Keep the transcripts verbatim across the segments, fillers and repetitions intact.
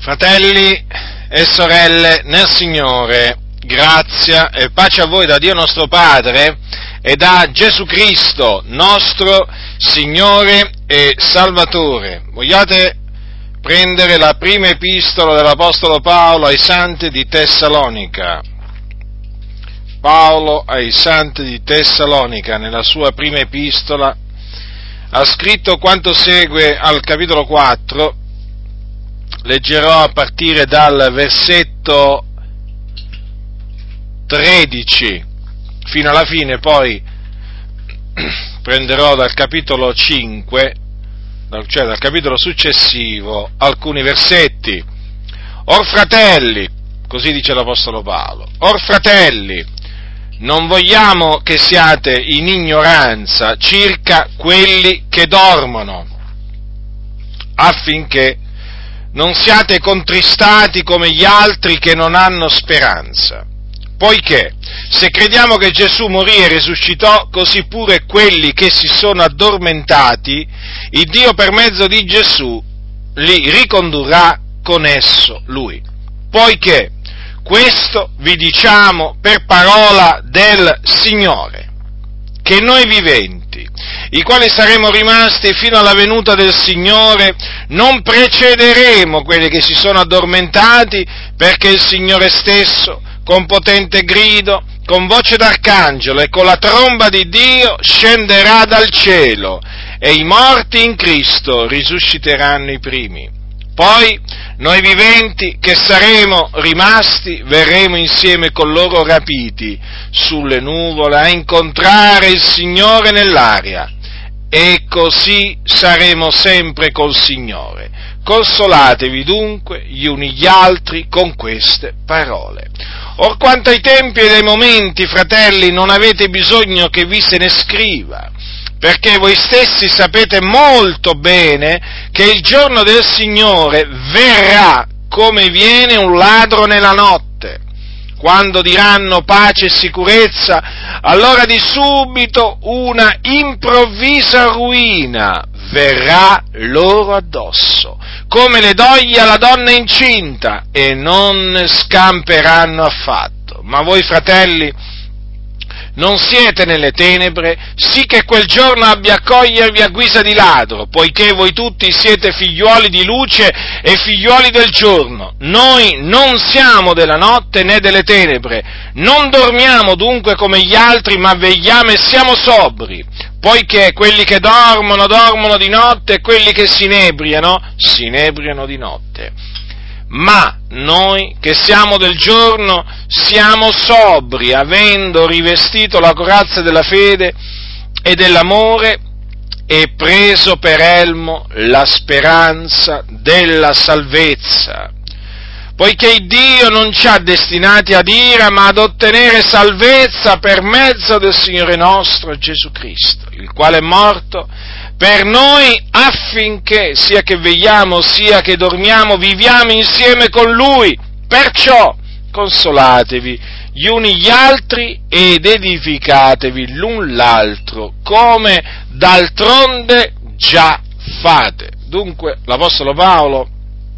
Fratelli e sorelle nel Signore, grazia e pace a voi da Dio nostro Padre e da Gesù Cristo, nostro Signore e Salvatore. Vogliate prendere la prima epistola dell'Apostolo Paolo ai Santi di Tessalonica. Paolo ai Santi di Tessalonica, nella sua prima epistola, ha scritto quanto segue al capitolo quattro. Leggerò a partire dal versetto tredici fino alla fine, poi prenderò dal capitolo cinque, cioè dal capitolo successivo, alcuni versetti. Or fratelli, così dice l'Apostolo Paolo, or fratelli, non vogliamo che siate in ignoranza circa quelli che dormono, affinché non siate contristati come gli altri che non hanno speranza. Poiché, se crediamo che Gesù morì e risuscitò, così pure quelli che si sono addormentati, il Dio per mezzo di Gesù li ricondurrà con esso Lui. Poiché, questo vi diciamo per parola del Signore, che noi viventi, i quali saremo rimasti fino alla venuta del Signore, non precederemo quelli che si sono addormentati, perché il Signore stesso, con potente grido, con voce d'arcangelo e con la tromba di Dio, scenderà dal cielo, e i morti in Cristo risusciteranno i primi. Poi, noi viventi, che saremo rimasti, verremo insieme con loro rapiti sulle nuvole a incontrare il Signore nell'aria, e così saremo sempre col Signore. Consolatevi dunque gli uni gli altri con queste parole. Or quanto ai tempi e ai momenti, fratelli, non avete bisogno che vi se ne scriva, perché voi stessi sapete molto bene che il giorno del Signore verrà come viene un ladro nella notte. Quando diranno pace e sicurezza, allora di subito una improvvisa ruina verrà loro addosso, come le doglie alla donna incinta, e non scamperanno affatto. Ma voi, fratelli, non siete nelle tenebre, sì che quel giorno abbia a cogliervi a guisa di ladro, poiché voi tutti siete figliuoli di luce e figliuoli del giorno. Noi non siamo della notte né delle tenebre, non dormiamo dunque come gli altri, ma vegliamo e siamo sobri, poiché quelli che dormono, dormono di notte, e quelli che si inebriano, si inebriano di notte. Ma noi che siamo del giorno siamo sobri, avendo rivestito la corazza della fede e dell'amore e preso per elmo la speranza della salvezza. Poiché Dio non ci ha destinati ad ira, ma ad ottenere salvezza per mezzo del Signore nostro Gesù Cristo, il quale è morto per noi, affinché, sia che vegliamo, sia che dormiamo, viviamo insieme con Lui. Perciò, consolatevi gli uni gli altri ed edificatevi l'un l'altro, come d'altronde già fate. Dunque, l'Apostolo Paolo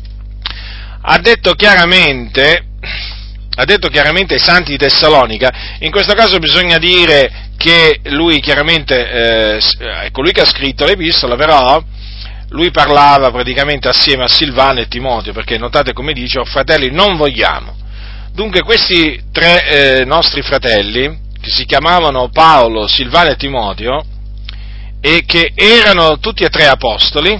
ha detto chiaramente, ha detto chiaramente ai Santi di Tessalonica. In questo caso bisogna dire che lui chiaramente eh, è colui che ha scritto l'epistola, però lui parlava praticamente assieme a Silvano e Timoteo, perché notate come dice: oh, fratelli, non vogliamo. Dunque questi tre eh, nostri fratelli, che si chiamavano Paolo, Silvano e Timoteo, e che erano tutti e tre apostoli,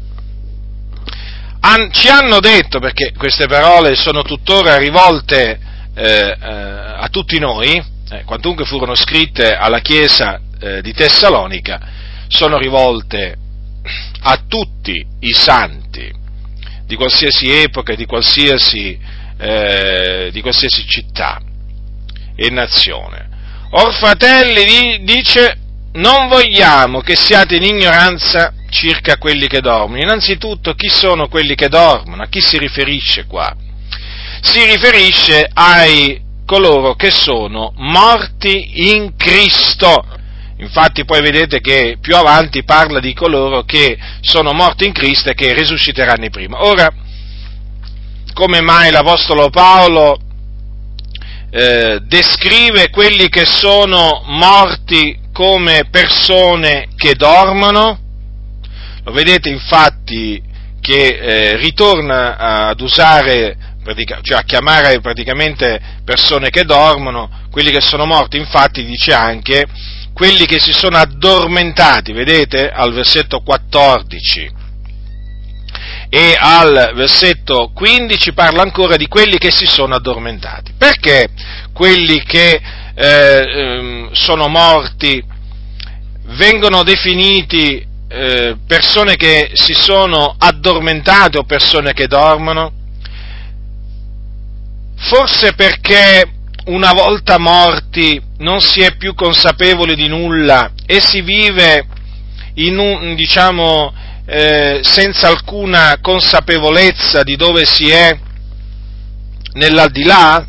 han, ci hanno detto, perché queste parole sono tuttora rivolte eh, eh, a tutti noi, Eh, quantunque furono scritte alla Chiesa eh, di Tessalonica, sono rivolte a tutti i santi di qualsiasi epoca e di qualsiasi, eh, di qualsiasi città e nazione. Or fratelli, dice, non vogliamo che siate in ignoranza circa quelli che dormono. Innanzitutto, chi sono quelli che dormono? A chi si riferisce qua? Si riferisce ai coloro che sono morti in Cristo. Infatti poi vedete che più avanti parla di coloro che sono morti in Cristo e che risusciteranno prima. Ora, come mai l'Apostolo Paolo eh, descrive quelli che sono morti come persone che dormono. Lo vedete infatti che eh, ritorna ad usare, cioè a chiamare praticamente persone che dormono, quelli che sono morti, infatti dice anche quelli che si sono addormentati, vedete al versetto quattordici, e al versetto quindici parla ancora di quelli che si sono addormentati. Perché quelli che eh, sono morti vengono definiti eh, persone che si sono addormentate o persone che dormono? Forse perché una volta morti non si è più consapevoli di nulla e si vive in un, diciamo, eh, senza alcuna consapevolezza di dove si è nell'aldilà?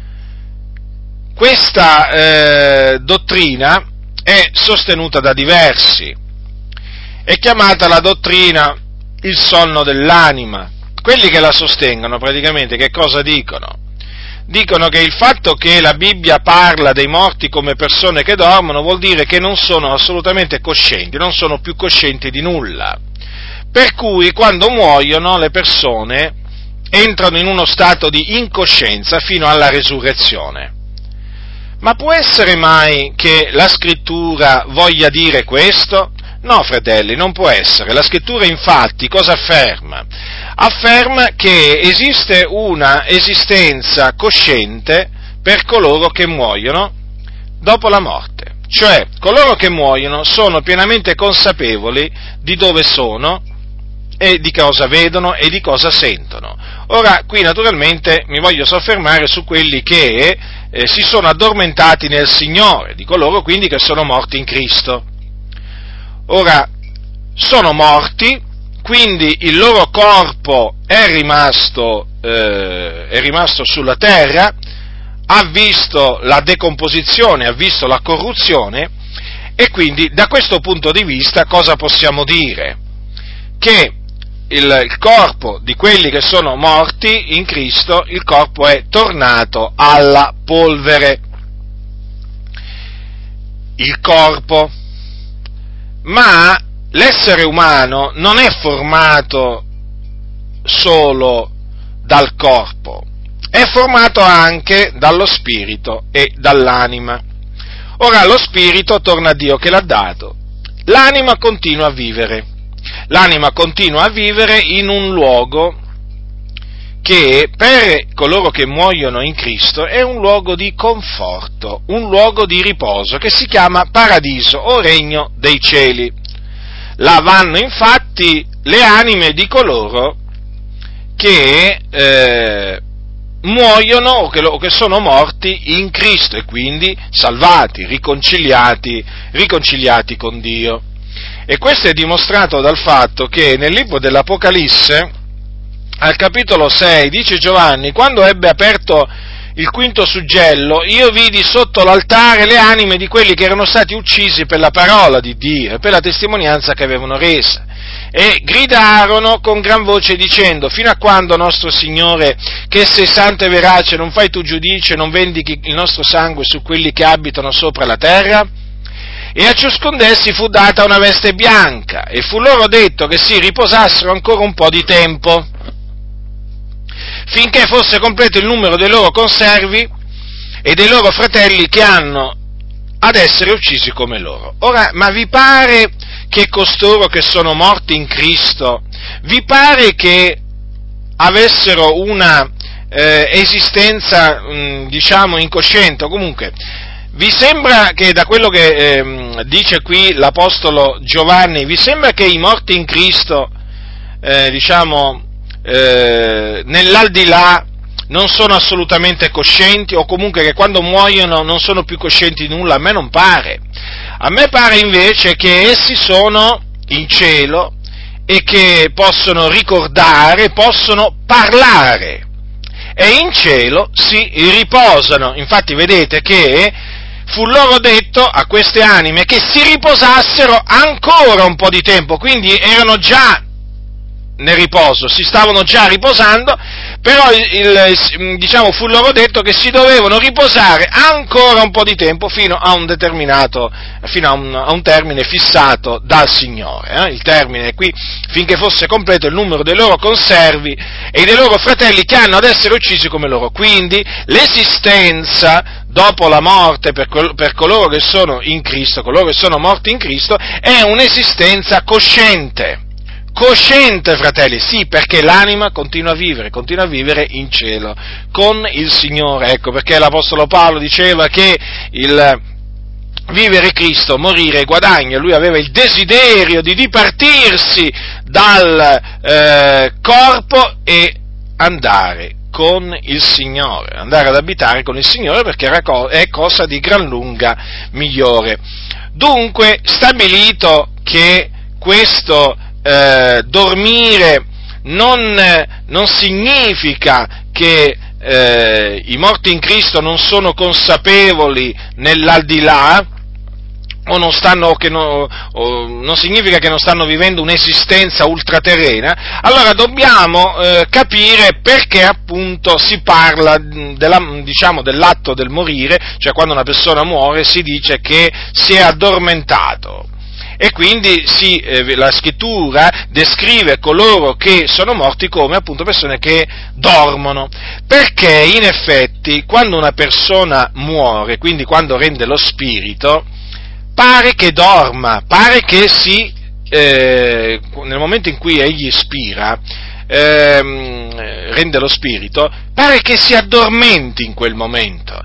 Questa eh, dottrina è sostenuta da diversi, è chiamata la dottrina il sonno dell'anima. Quelli che la sostengono praticamente che cosa dicono? Dicono che il fatto che la Bibbia parla dei morti come persone che dormono vuol dire che non sono assolutamente coscienti, non sono più coscienti di nulla. Per cui quando muoiono le persone entrano in uno stato di incoscienza fino alla resurrezione. Ma può essere mai che la Scrittura voglia dire questo? No, fratelli, non può essere. La Scrittura infatti cosa afferma? Afferma che esiste una esistenza cosciente per coloro che muoiono dopo la morte. Cioè, coloro che muoiono sono pienamente consapevoli di dove sono e di cosa vedono e di cosa sentono. Ora, qui naturalmente mi voglio soffermare su quelli che eh, si sono addormentati nel Signore, di coloro quindi che sono morti in Cristo. Ora, sono morti, quindi il loro corpo è rimasto, eh, è rimasto sulla terra, ha visto la decomposizione, ha visto la corruzione, e quindi da questo punto di vista cosa possiamo dire? Che il, il corpo di quelli che sono morti in Cristo, il corpo è tornato alla polvere. Il corpo. Ma l'essere umano non è formato solo dal corpo, è formato anche dallo spirito e dall'anima. Ora lo spirito torna a Dio che l'ha dato, l'anima continua a vivere, l'anima continua a vivere in un luogo che per coloro che muoiono in Cristo è un luogo di conforto, un luogo di riposo che si chiama paradiso o regno dei cieli. Là vanno infatti le anime di coloro che eh, muoiono o che, o che sono morti in Cristo e quindi salvati, riconciliati, riconciliati con Dio. E questo è dimostrato dal fatto che nel libro dell'Apocalisse, al capitolo sei, dice Giovanni: quando ebbe aperto il quinto suggello, io vidi sotto l'altare le anime di quelli che erano stati uccisi per la parola di Dio e per la testimonianza che avevano resa, e gridarono con gran voce dicendo: fino a quando, nostro Signore, che sei santo e verace, non fai tu giudicio e non vendichi il nostro sangue su quelli che abitano sopra la terra? E a ciascun d'essi fu data una veste bianca, e fu loro detto che si riposassero ancora un po' di tempo, finché fosse completo il numero dei loro conservi e dei loro fratelli che hanno ad essere uccisi come loro. Ora, ma vi pare che costoro che sono morti in Cristo, vi pare che avessero una eh, esistenza, mh, diciamo, incosciente, o comunque, vi sembra che da quello che eh, dice qui l'Apostolo Giovanni, vi sembra che i morti in Cristo, eh, diciamo, Eh, nell'aldilà non sono assolutamente coscienti, o comunque che quando muoiono non sono più coscienti di nulla? A me non pare. A me pare invece che essi sono in cielo e che possono ricordare, possono parlare, e in cielo si riposano. Infatti vedete che fu loro detto a queste anime che si riposassero ancora un po' di tempo, quindi erano già nel riposo, si stavano già riposando, però il, il, diciamo, fu loro detto che si dovevano riposare ancora un po' di tempo fino a un determinato, fino a un, a un termine fissato dal Signore. Eh? Il termine qui, finché fosse completo il numero dei loro conservi e dei loro fratelli che hanno ad essere uccisi come loro. Quindi l'esistenza dopo la morte per, col- per coloro che sono in Cristo, coloro che sono morti in Cristo, è un'esistenza cosciente. Cosciente, fratelli, sì, perché l'anima continua a vivere, continua a vivere in cielo con il Signore. Ecco perché l'Apostolo Paolo diceva che il vivere Cristo, morire guadagno. Lui aveva il desiderio di dipartirsi dal eh, corpo e andare con il Signore, andare ad abitare con il Signore, perché era co- è cosa di gran lunga migliore. Dunque, stabilito che questo Eh, dormire non, non significa che eh, i morti in Cristo non sono consapevoli nell'aldilà, o non stanno, o che no, o non significa che non stanno vivendo un'esistenza ultraterrena. Allora dobbiamo eh, capire perché appunto si parla della, diciamo, dell'atto del morire, cioè quando una persona muore si dice che si è addormentato. E quindi sì, eh, la scrittura descrive coloro che sono morti come appunto persone che dormono, perché in effetti quando una persona muore, quindi quando rende lo spirito, pare che dorma, pare che si, eh, nel momento in cui egli spira, ehm, rende lo spirito, pare che si addormenti in quel momento,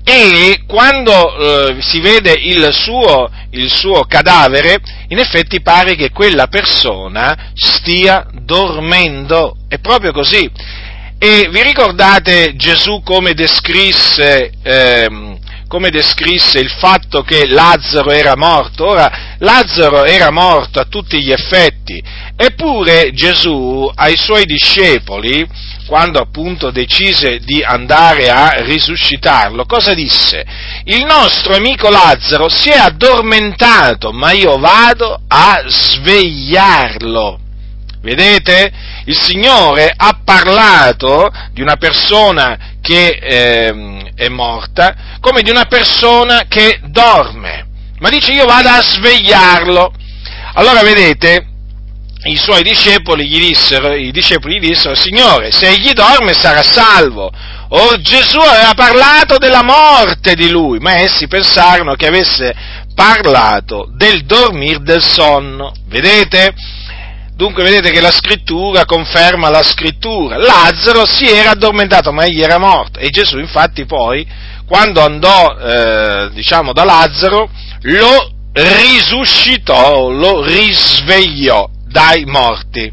e quando eh, si vede il suo, il suo cadavere, in effetti pare che quella persona stia dormendo, è proprio così. E vi ricordate Gesù come descrisse, ehm, come descrisse il fatto che Lazzaro era morto? Ora, Lazzaro era morto a tutti gli effetti, eppure Gesù ai suoi discepoli, quando appunto decise di andare a risuscitarlo, cosa disse? Il nostro amico Lazzaro si è addormentato, ma io vado a svegliarlo. Vedete? Il Signore ha parlato di una persona che eh, è morta come di una persona che dorme, ma dice io vado a svegliarlo. Allora vedete, i suoi discepoli gli dissero, i discepoli gli dissero, Signore, se egli dorme sarà salvo. Or Gesù aveva parlato della morte di lui, ma essi pensarono che avesse parlato del dormir del sonno. Vedete? Dunque vedete che la scrittura conferma la scrittura. Lazzaro si era addormentato, ma egli era morto. E Gesù infatti poi, quando andò, eh, diciamo, da Lazzaro, lo risuscitò, lo risvegliò dai morti.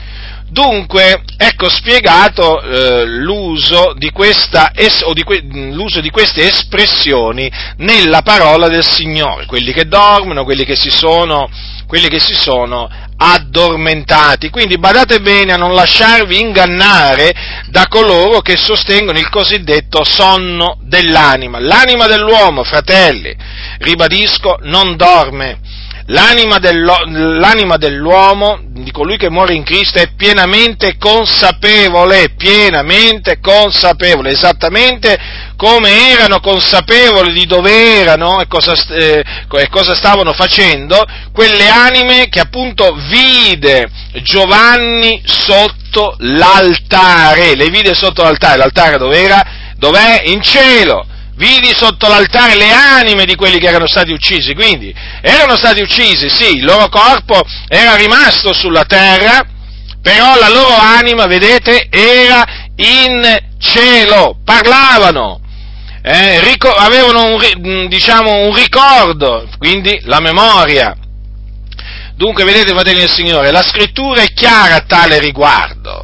Dunque, ecco spiegato eh, l'uso di questa es- o di que- l'uso di queste espressioni nella parola del Signore, quelli che dormono, quelli che si sono, quelli che si sono addormentati. Quindi badate bene a non lasciarvi ingannare da coloro che sostengono il cosiddetto sonno dell'anima. L'anima dell'uomo, fratelli, ribadisco, non dorme. L'anima, l'anima dell'uomo, di colui che muore in Cristo, è pienamente consapevole, pienamente consapevole, esattamente come erano consapevoli di dove erano e cosa, eh, e cosa stavano facendo quelle anime che appunto vide Giovanni sotto l'altare, le vide sotto l'altare, l'altare dov'era? Dov'è? In cielo. Vidi sotto l'altare le anime di quelli che erano stati uccisi, quindi erano stati uccisi, sì, il loro corpo era rimasto sulla terra, però la loro anima, vedete, era in cielo, parlavano, eh, ric- avevano un, diciamo, un ricordo, quindi la memoria. Dunque, vedete, fratelli del Signore, la scrittura è chiara a tale riguardo.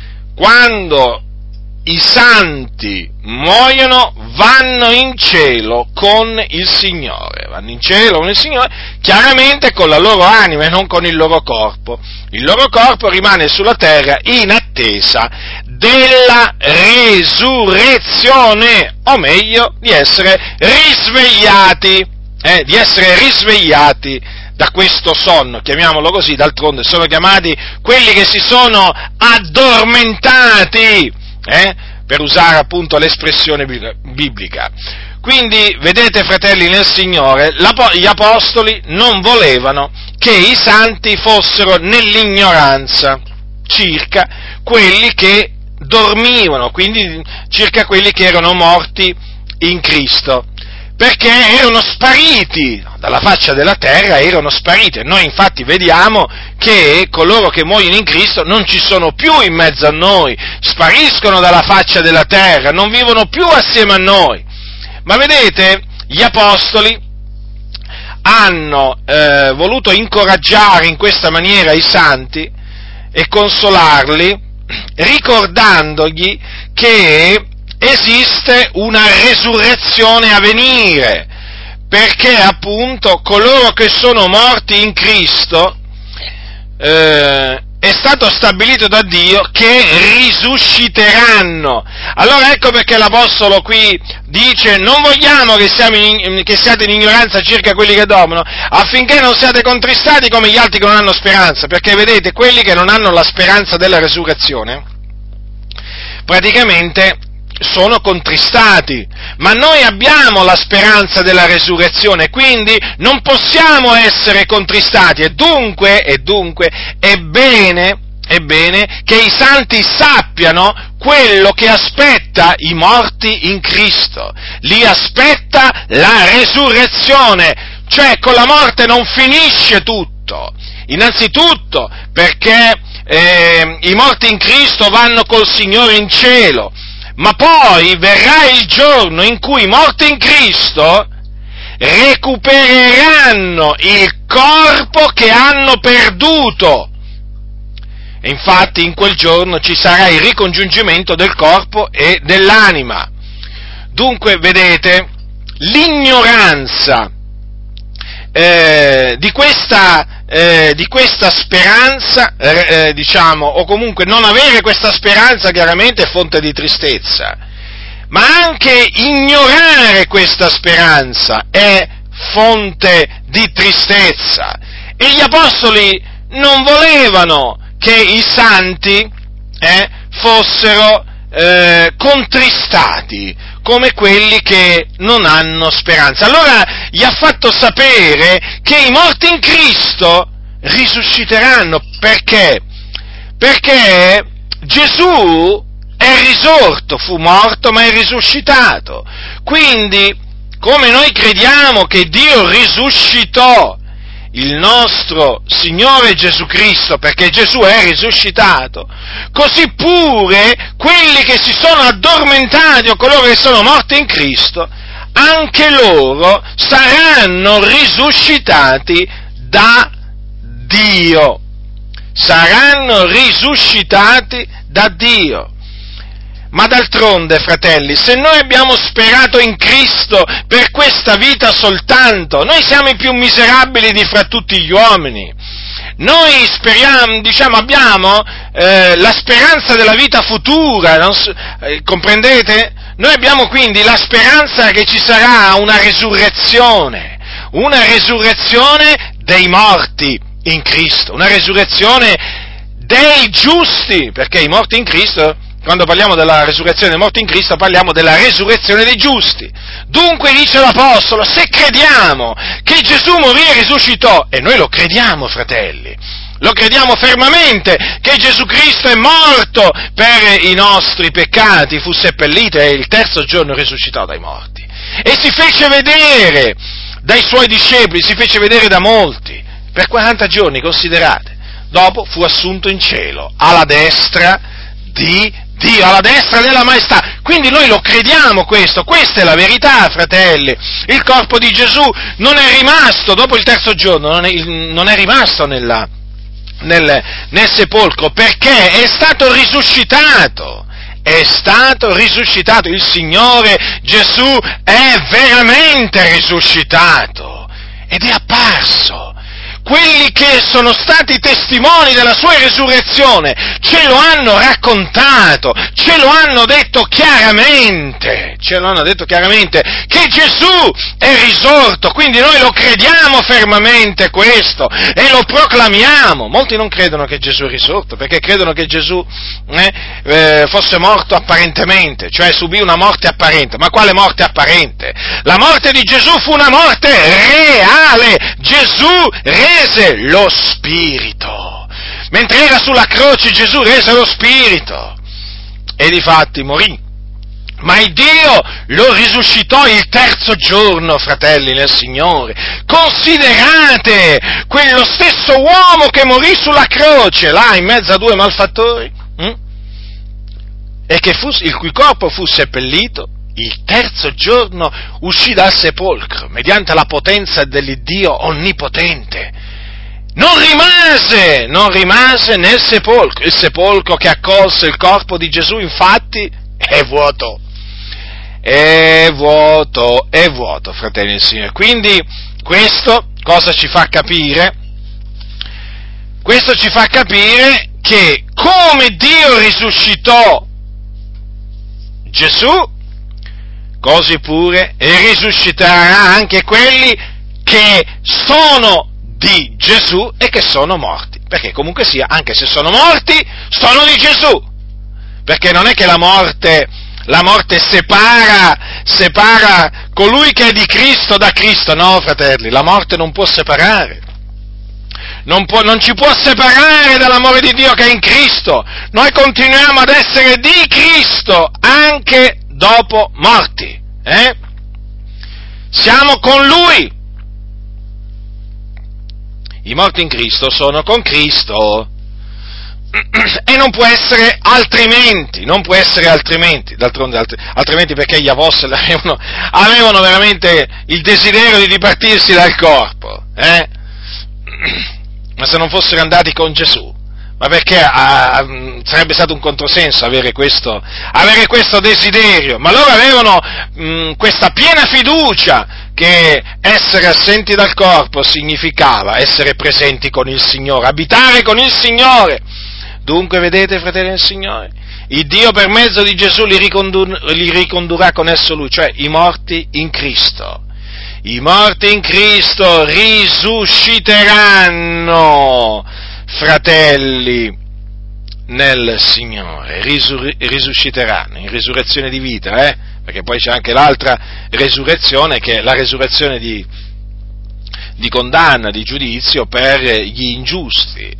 Quando i santi muoiono, vanno in cielo con il Signore, vanno in cielo con il Signore, chiaramente con la loro anima e non con il loro corpo. Il loro corpo rimane sulla terra in attesa della resurrezione, o meglio, di essere risvegliati, eh, di essere risvegliati da questo sonno, chiamiamolo così, d'altronde sono chiamati quelli che si sono addormentati. eh? Per usare appunto l'espressione biblica. Quindi, vedete, fratelli nel Signore, gli apostoli non volevano che i santi fossero nell'ignoranza circa quelli che dormivano, quindi circa quelli che erano morti in Cristo, perché erano spariti dalla faccia della terra, erano spariti. E noi infatti vediamo che coloro che muoiono in Cristo non ci sono più in mezzo a noi, spariscono dalla faccia della terra, non vivono più assieme a noi. Ma vedete, gli apostoli hanno eh, voluto incoraggiare in questa maniera i santi e consolarli, ricordandogli che esiste una resurrezione a venire, perché appunto coloro che sono morti in Cristo eh, è stato stabilito da Dio che risusciteranno. Allora ecco perché l'Apostolo qui dice: non vogliamo che, siamo in, che siate in ignoranza circa quelli che dormono, affinché non siate contristati come gli altri che non hanno speranza, perché vedete, quelli che non hanno la speranza della resurrezione, praticamente sono contristati, ma noi abbiamo la speranza della resurrezione, quindi non possiamo essere contristati, e dunque, e dunque è bene, è bene che i santi sappiano quello che aspetta i morti in Cristo, li aspetta la resurrezione, cioè con la morte non finisce tutto, innanzitutto perché eh, i morti in Cristo vanno col Signore in cielo, ma poi verrà il giorno in cui i morti in Cristo recupereranno il corpo che hanno perduto. E infatti in quel giorno ci sarà il ricongiungimento del corpo e dell'anima. Dunque, vedete, l'ignoranza eh, di questa Eh, di questa speranza, eh, diciamo, o comunque non avere questa speranza chiaramente è fonte di tristezza, ma anche ignorare questa speranza è fonte di tristezza. E gli apostoli non volevano che i santi eh, fossero eh, contristati come quelli che non hanno speranza. Allora gli ha fatto sapere che i morti in Cristo risusciteranno. Perché? Perché Gesù è risorto, fu morto ma è risuscitato. Quindi, come noi crediamo che Dio risuscitò il nostro Signore Gesù Cristo, perché Gesù è risuscitato, così pure quelli che si sono addormentati o coloro che sono morti in Cristo, anche loro saranno risuscitati da Dio. Saranno risuscitati da Dio. Ma d'altronde, fratelli, se noi abbiamo sperato in Cristo per questa vita soltanto, noi siamo i più miserabili di fra tutti gli uomini. Noi speriamo, diciamo, abbiamo eh, la speranza della vita futura, non so, eh, comprendete? Noi abbiamo quindi la speranza che ci sarà una resurrezione, una resurrezione dei morti in Cristo, una resurrezione dei giusti, perché i morti in Cristo, quando parliamo della resurrezione dei morti in Cristo, parliamo della resurrezione dei giusti. Dunque, dice l'Apostolo, se crediamo che Gesù morì e risuscitò, e noi lo crediamo, fratelli, lo crediamo fermamente, che Gesù Cristo è morto per i nostri peccati, fu seppellito e il terzo giorno risuscitò dai morti. E si fece vedere dai suoi discepoli, si fece vedere da molti, per quaranta giorni, considerate. Dopo fu assunto in cielo, alla destra di Dio, alla destra della maestà. Quindi noi lo crediamo questo, questa è la verità, fratelli. Il corpo di Gesù non è rimasto, dopo il terzo giorno, non è, non è rimasto nella, nel, nel sepolcro, perché è stato risuscitato, è stato risuscitato, il Signore Gesù è veramente risuscitato, ed è apparso. quelli che sono stati testimoni della sua resurrezione ce lo hanno raccontato, ce lo hanno detto chiaramente, ce lo hanno detto chiaramente che Gesù è risorto, quindi noi lo crediamo fermamente questo e lo proclamiamo. Molti non credono che Gesù è risorto perché credono che Gesù eh, eh, fosse morto apparentemente, cioè subì una morte apparente. Ma quale morte apparente? La morte di Gesù fu una morte reale. Gesù rese lo spirito. Mentre era sulla croce Gesù rese lo spirito. E difatti morì. Ma il Dio lo risuscitò il terzo giorno, fratelli nel Signore. Considerate quello stesso uomo che morì sulla croce, là in mezzo a due malfattori, hm? e che fu, il cui corpo fu seppellito, il terzo giorno uscì dal sepolcro, mediante la potenza dell'Iddio onnipotente. Non rimase, non rimase nel sepolcro. Il sepolcro che accolse il corpo di Gesù, infatti, è vuoto. È vuoto, è vuoto, fratelli del Signore. Quindi, questo cosa ci fa capire? Questo ci fa capire che come Dio risuscitò Gesù, così pure risusciterà anche quelli che sono di Gesù e che sono morti, perché comunque sia, anche se sono morti, sono di Gesù, perché non è che la morte, la morte separa, separa colui che è di Cristo da Cristo, no fratelli, la morte non può separare, non, può, non ci può separare dall'amore di Dio che è in Cristo, noi continuiamo ad essere di Cristo anche dopo morti, eh? Siamo con Lui. I morti in Cristo sono con Cristo e non può essere altrimenti, non può essere altrimenti, d'altronde altri, altrimenti perché gli apostoli avevano, avevano veramente il desiderio di dipartirsi dal corpo, eh? Ma se non fossero andati con Gesù, ma perché ah, sarebbe stato un controsenso avere questo, avere questo desiderio, ma loro avevano mh, questa piena fiducia che essere assenti dal corpo significava essere presenti con il Signore, abitare con il Signore. Dunque, vedete, fratelli del Signore, il Dio per mezzo di Gesù li, ricondur- li ricondurrà con esso Lui, cioè i morti in Cristo. I morti in Cristo risusciteranno, fratelli nel Signore, Risur- risusciteranno in risurrezione di vita, eh? Perché poi c'è anche l'altra resurrezione, che è la resurrezione di, di condanna, di giudizio per gli ingiusti.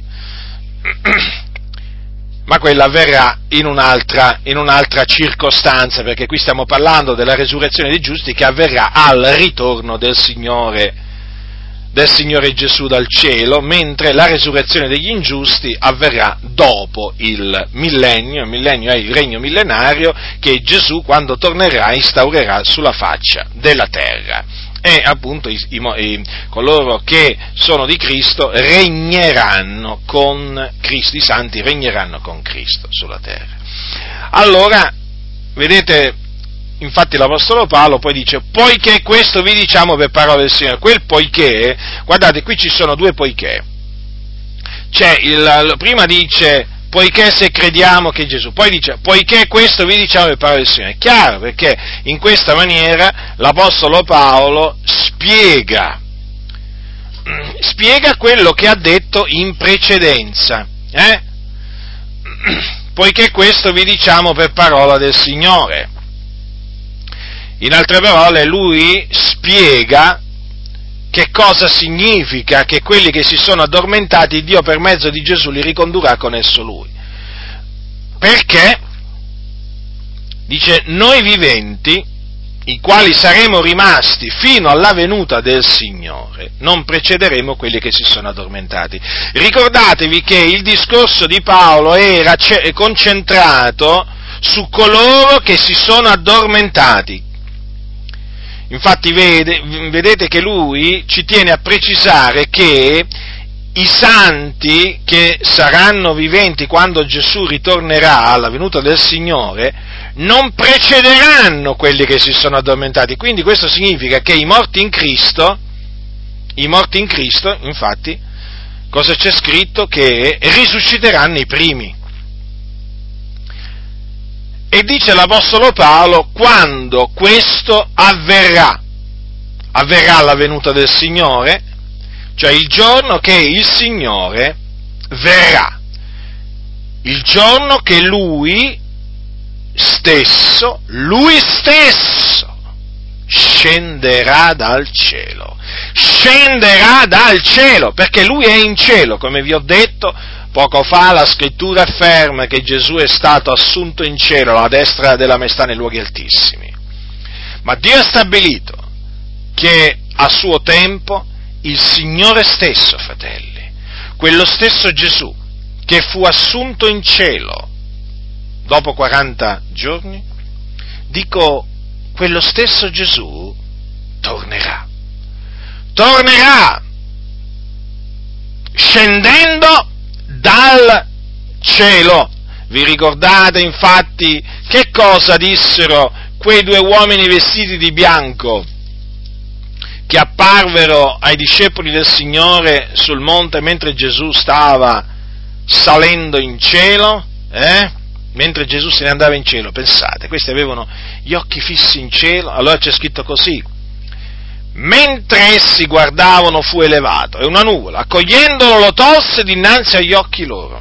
Ma quella avverrà in un'altra, in un'altra circostanza, perché qui stiamo parlando della resurrezione dei giusti che avverrà al ritorno del Signore, del Signore Gesù dal cielo, mentre la resurrezione degli ingiusti avverrà dopo il millennio. Il millennio è il regno millenario che Gesù, quando tornerà, instaurerà sulla faccia della terra. E appunto i, i, i, coloro che sono di Cristo regneranno con Cristo, i santi regneranno con Cristo sulla terra. Allora, vedete, infatti l'Apostolo Paolo poi dice, poiché questo vi diciamo per parola del Signore, quel poiché, guardate, qui ci sono due poiché, c'è il, prima dice, poiché se crediamo che Gesù, poi dice, poiché questo vi diciamo per parola del Signore, è chiaro, perché in questa maniera l'Apostolo Paolo spiega, spiega quello che ha detto in precedenza, eh? Poiché questo vi diciamo per parola del Signore. In altre parole, lui spiega che cosa significa che quelli che si sono addormentati, Dio per mezzo di Gesù li ricondurrà con esso Lui. Perché, dice, noi viventi, i quali saremo rimasti fino alla venuta del Signore, non precederemo quelli che si sono addormentati. Ricordatevi che il discorso di Paolo era concentrato su coloro che si sono addormentati. Infatti vede, vedete che lui ci tiene a precisare che i santi che saranno viventi quando Gesù ritornerà alla venuta del Signore non precederanno quelli che si sono addormentati. Quindi questo significa che i morti in Cristo, i morti in Cristo, infatti, cosa c'è scritto? Che risusciteranno i primi. E dice l'Apostolo Paolo, quando questo avverrà, avverrà la venuta del Signore, cioè il giorno che il Signore verrà, il giorno che Lui stesso, Lui stesso, scenderà dal cielo, scenderà dal cielo, perché Lui è in cielo, come vi ho detto. Poco fa la Scrittura afferma che Gesù è stato assunto in cielo alla destra della Maestà nei luoghi altissimi. Ma Dio ha stabilito che a suo tempo il Signore stesso, fratelli, quello stesso Gesù che fu assunto in cielo dopo quaranta giorni, dico, quello stesso Gesù tornerà. Tornerà scendendo dal cielo. Vi ricordate infatti che cosa dissero quei due uomini vestiti di bianco che apparvero ai discepoli del Signore sul monte mentre Gesù stava salendo in cielo? Eh? Mentre Gesù se ne andava in cielo, pensate, questi avevano gli occhi fissi in cielo, allora c'è scritto così: mentre essi guardavano fu elevato, e una nuvola, accogliendolo, lo tolse dinanzi agli occhi loro.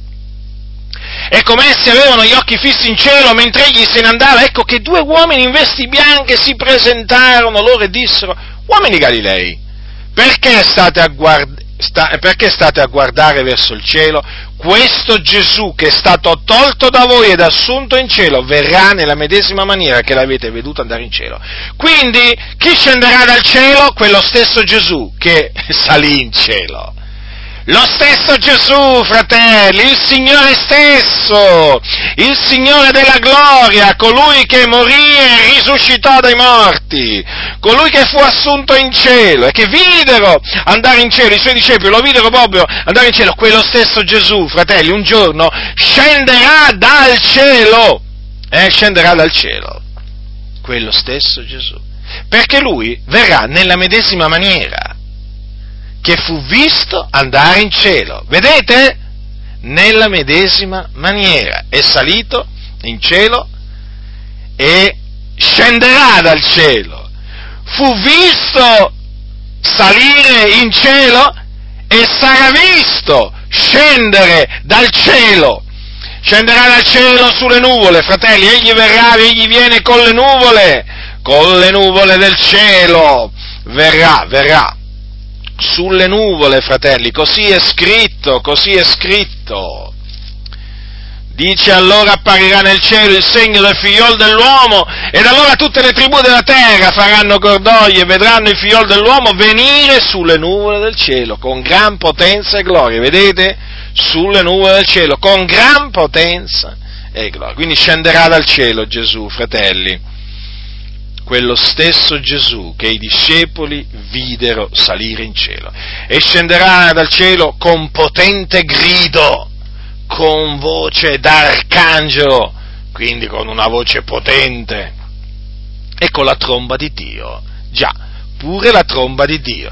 E come essi avevano gli occhi fissi in cielo, mentre egli se ne andava, ecco che due uomini in vesti bianche si presentarono loro e dissero: uomini Galilei, perché state a guardare? Sta, perché state a guardare verso il cielo? Questo Gesù che è stato tolto da voi ed assunto in cielo verrà nella medesima maniera che l'avete veduto andare in cielo. Quindi chi scenderà dal cielo? Quello stesso Gesù che salì in cielo. Lo stesso Gesù, fratelli, il Signore stesso, il Signore della gloria, colui che morì e risuscitò dai morti, colui che fu assunto in cielo e che videro andare in cielo, i suoi discepoli lo videro proprio andare in cielo, quello stesso Gesù, fratelli, un giorno scenderà dal cielo, eh, scenderà dal cielo, quello stesso Gesù, perché lui verrà nella medesima maniera che fu visto andare in cielo. Vedete? Nella medesima maniera. È salito in cielo e scenderà dal cielo. Fu visto salire in cielo e sarà visto scendere dal cielo. Scenderà dal cielo sulle nuvole, fratelli, egli verrà, egli viene con le nuvole, con le nuvole del cielo. Verrà, verrà. Sulle nuvole, fratelli, così è scritto, così è scritto. Dice: allora apparirà nel cielo il segno del figliol dell'uomo, ed allora tutte le tribù della terra faranno cordoglio e vedranno il figliol dell'uomo venire sulle nuvole del cielo, con gran potenza e gloria. Vedete? Sulle nuvole del cielo, con gran potenza e gloria. Quindi scenderà dal cielo Gesù, fratelli. Quello stesso Gesù che i discepoli videro salire in cielo, e scenderà dal cielo con potente grido, con voce d'arcangelo, quindi con una voce potente, e con la tromba di Dio, già, pure la tromba di Dio.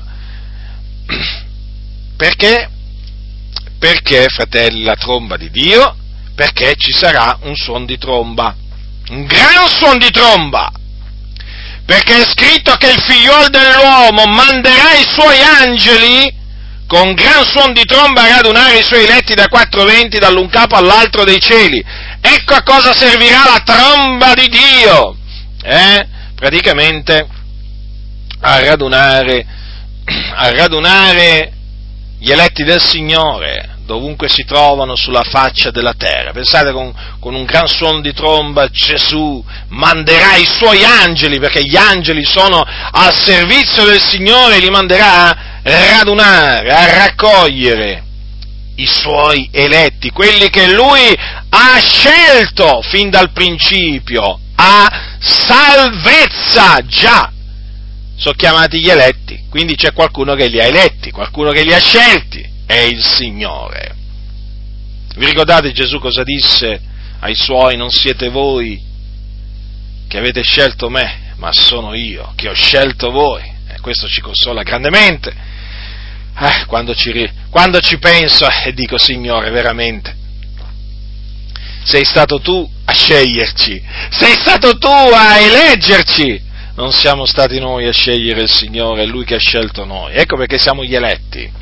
Perché? Perché, fratelli, la tromba di Dio? Perché ci sarà un suon di tromba, un gran suon di tromba, perché è scritto che il figliol dell'uomo manderà i suoi angeli con gran suon di tromba a radunare i suoi eletti da quattro venti, dall'un capo all'altro dei cieli. Ecco a cosa servirà la tromba di Dio, eh? Praticamente a radunare, a radunare gli eletti del Signore dovunque si trovano sulla faccia della terra. Pensate, con, con un gran suono di tromba Gesù manderà i suoi angeli, perché gli angeli sono al servizio del Signore, li manderà a radunare, a raccogliere i suoi eletti, quelli che Lui ha scelto fin dal principio a salvezza. Già, sono chiamati gli eletti, quindi c'è qualcuno che li ha eletti, qualcuno che li ha scelti, è il Signore. Vi ricordate Gesù cosa disse ai Suoi? Non siete voi che avete scelto me, ma sono io che ho scelto voi. E questo ci consola grandemente. eh, quando, ci, quando ci penso e eh, dico, Signore, veramente, sei stato tu a sceglierci, sei stato tu a eleggerci, non siamo stati noi a scegliere il Signore, è Lui che ha scelto noi, ecco perché siamo gli eletti.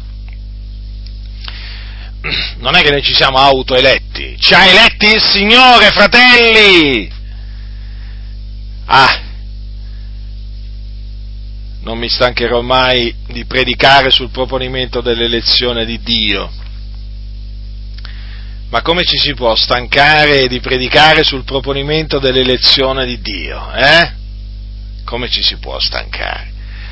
Non è che noi ci siamo autoeletti, ci ha eletti il Signore, fratelli! Ah, non mi stancherò mai di predicare sul proponimento dell'elezione di Dio. Ma come ci si può stancare di predicare sul proponimento dell'elezione di Dio, eh? Come ci si può stancare?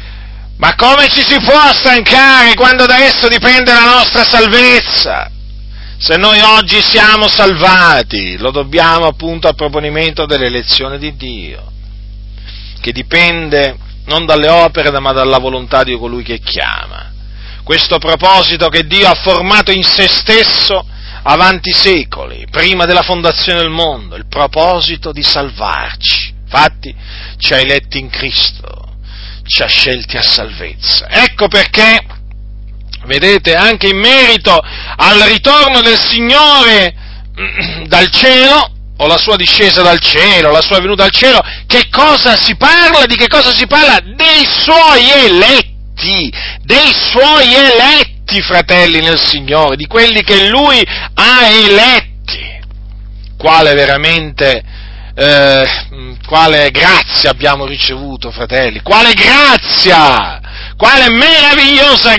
Ma come ci si può stancare quando da esso dipende la nostra salvezza? Se noi oggi siamo salvati, lo dobbiamo appunto al proponimento dell'elezione di Dio, che dipende non dalle opere ma dalla volontà di colui che chiama. Questo proposito che Dio ha formato in se stesso avanti secoli, prima della fondazione del mondo, il proposito di salvarci. Infatti ci ha eletti in Cristo, ci ha scelti a salvezza. Ecco perché, vedete, anche in merito al ritorno del Signore dal cielo, o la sua discesa dal cielo, la sua venuta al cielo, che cosa si parla? Di che cosa si parla? Dei suoi eletti, dei suoi eletti, fratelli nel Signore, di quelli che Lui ha eletti. Quale veramente, eh, quale grazia abbiamo ricevuto, fratelli, quale grazia, quale meravigliosa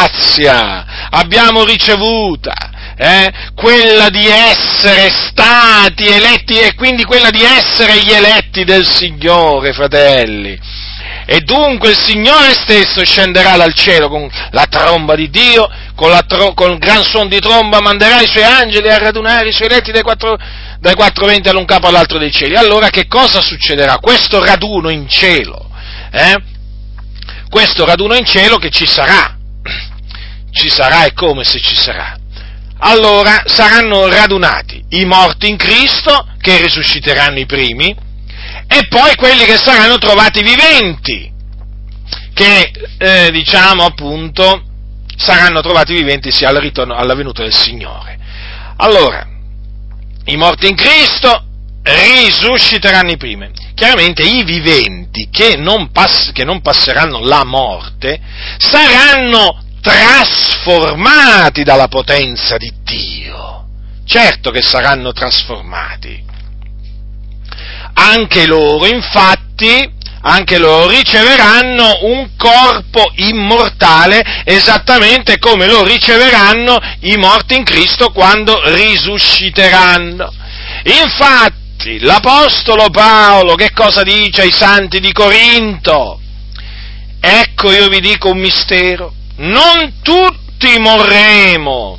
grazia abbiamo ricevuta. Eh, quella di essere stati eletti e quindi quella di essere gli eletti del Signore, fratelli. E dunque il Signore stesso scenderà dal cielo con la tromba di Dio, con, la tro- con il gran suono di tromba manderà i suoi angeli a radunare i suoi eletti dai quattro, dai quattro venti all'un capo all'altro dei cieli. Allora che cosa succederà? Questo raduno in cielo, eh? Questo raduno in cielo che ci sarà, ci sarà e come se ci sarà. Allora saranno radunati i morti in Cristo, che risusciteranno i primi, e poi quelli che saranno trovati viventi, che eh, diciamo appunto saranno trovati viventi sia al ritorno, alla venuta del Signore. Allora, i morti in Cristo risusciteranno i primi. Chiaramente i viventi che non, pass- che non passeranno la morte saranno trasformati dalla potenza di Dio. Certo che saranno trasformati. Anche loro, infatti, anche loro riceveranno un corpo immortale, esattamente come lo riceveranno i morti in Cristo quando risusciteranno. Infatti, l'Apostolo Paolo che cosa dice ai santi di Corinto? Ecco, io vi dico un mistero. Non tutti morremo,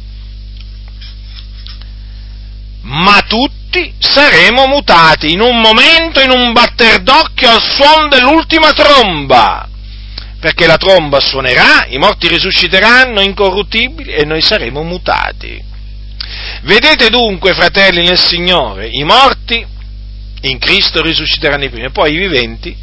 ma tutti saremo mutati in un momento, in un batter d'occhio al suono dell'ultima tromba, perché la tromba suonerà, i morti risusciteranno incorruttibili e noi saremo mutati. Vedete dunque, fratelli nel Signore, i morti in Cristo risusciteranno i primi, e poi i viventi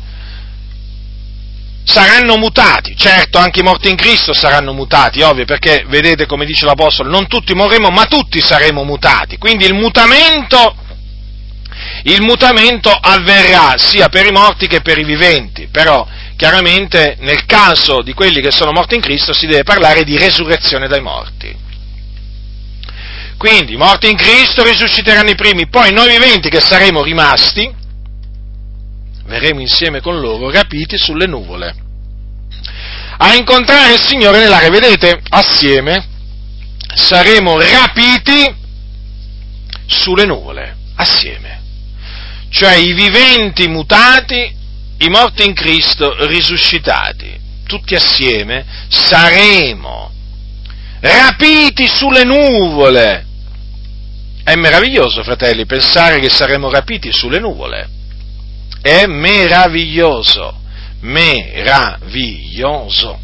saranno mutati. Certo, anche i morti in Cristo saranno mutati, ovvio, perché vedete come dice l'Apostolo, non tutti morremo, ma tutti saremo mutati. Quindi il mutamento, il mutamento avverrà sia per i morti che per i viventi, però chiaramente nel caso di quelli che sono morti in Cristo si deve parlare di resurrezione dai morti. Quindi i morti in Cristo risusciteranno i primi, poi noi viventi che saremo rimasti verremo insieme con loro rapiti sulle nuvole a incontrare il Signore nell'aria. Vedete, assieme saremo rapiti sulle nuvole, assieme, cioè i viventi mutati, i morti in Cristo risuscitati, tutti assieme saremo rapiti sulle nuvole. È meraviglioso, fratelli, pensare che saremo rapiti sulle nuvole. È meraviglioso, meraviglioso.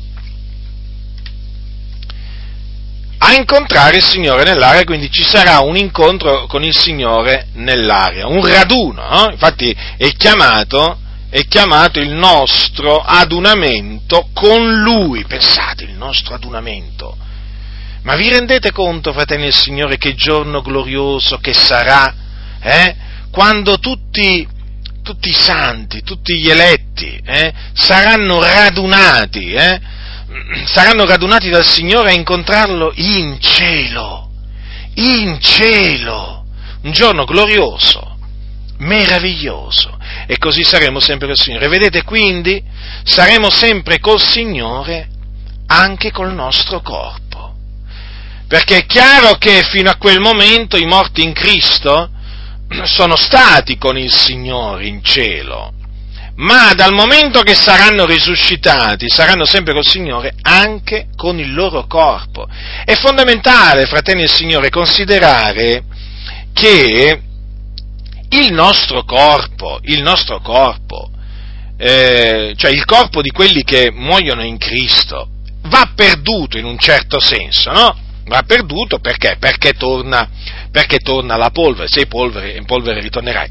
A incontrare il Signore nell'aria, quindi ci sarà un incontro con il Signore nell'aria, un raduno, no? Infatti è chiamato, è chiamato il nostro adunamento con Lui. Pensate, il nostro adunamento. Ma vi rendete conto, fratelli del Signore, che giorno glorioso che sarà, eh? Quando tutti, tutti i santi, tutti gli eletti, eh? saranno radunati, eh? saranno radunati dal Signore a incontrarlo in cielo, in cielo, un giorno glorioso, meraviglioso, e così saremo sempre col Signore. Vedete, quindi saremo sempre col Signore anche col nostro corpo, perché è chiaro che fino a quel momento i morti in Cristo sono stati con il Signore in cielo, ma dal momento che saranno risuscitati saranno sempre col Signore anche con il loro corpo. È fondamentale, fratelli del Signore, considerare che il nostro corpo, il nostro corpo, eh, cioè il corpo di quelli che muoiono in Cristo, va perduto in un certo senso, no? Va perduto perché? Perché torna, perché torna la polvere, sei polvere, in polvere ritornerai.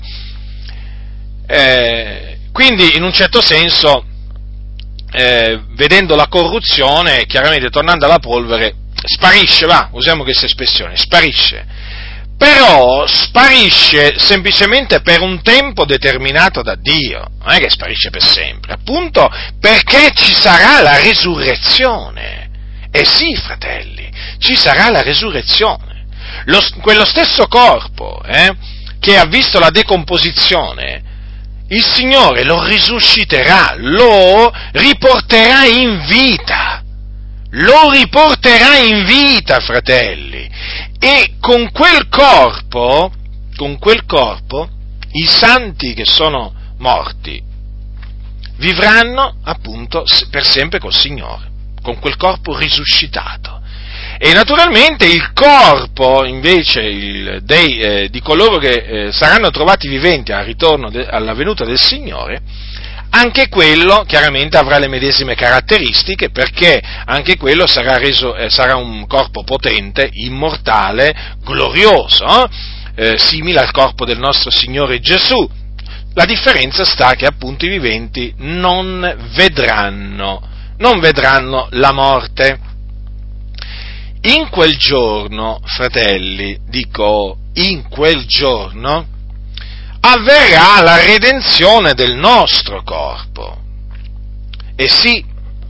Eh, quindi in un certo senso, eh, vedendo la corruzione, chiaramente tornando alla polvere, sparisce, va, usiamo questa espressione, sparisce. Però sparisce semplicemente per un tempo determinato da Dio, non è che sparisce per sempre, appunto perché ci sarà la resurrezione. E sì, fratelli, ci sarà la resurrezione. Lo, quello stesso corpo eh, che ha visto la decomposizione, il Signore lo risusciterà, lo riporterà in vita, lo riporterà in vita, fratelli. E con quel corpo, con quel corpo, i santi che sono morti vivranno appunto per sempre col Signore, con quel corpo risuscitato. E naturalmente il corpo invece il, dei, eh, di coloro che eh, saranno trovati viventi al ritorno de, alla venuta del Signore, anche quello chiaramente avrà le medesime caratteristiche, perché anche quello sarà, reso, eh, sarà un corpo potente, immortale, glorioso, eh, simile al corpo del nostro Signore Gesù. La differenza sta che appunto i viventi non vedranno, non vedranno la morte. In quel giorno, fratelli, dico, in quel giorno, avverrà la redenzione del nostro corpo. E sì,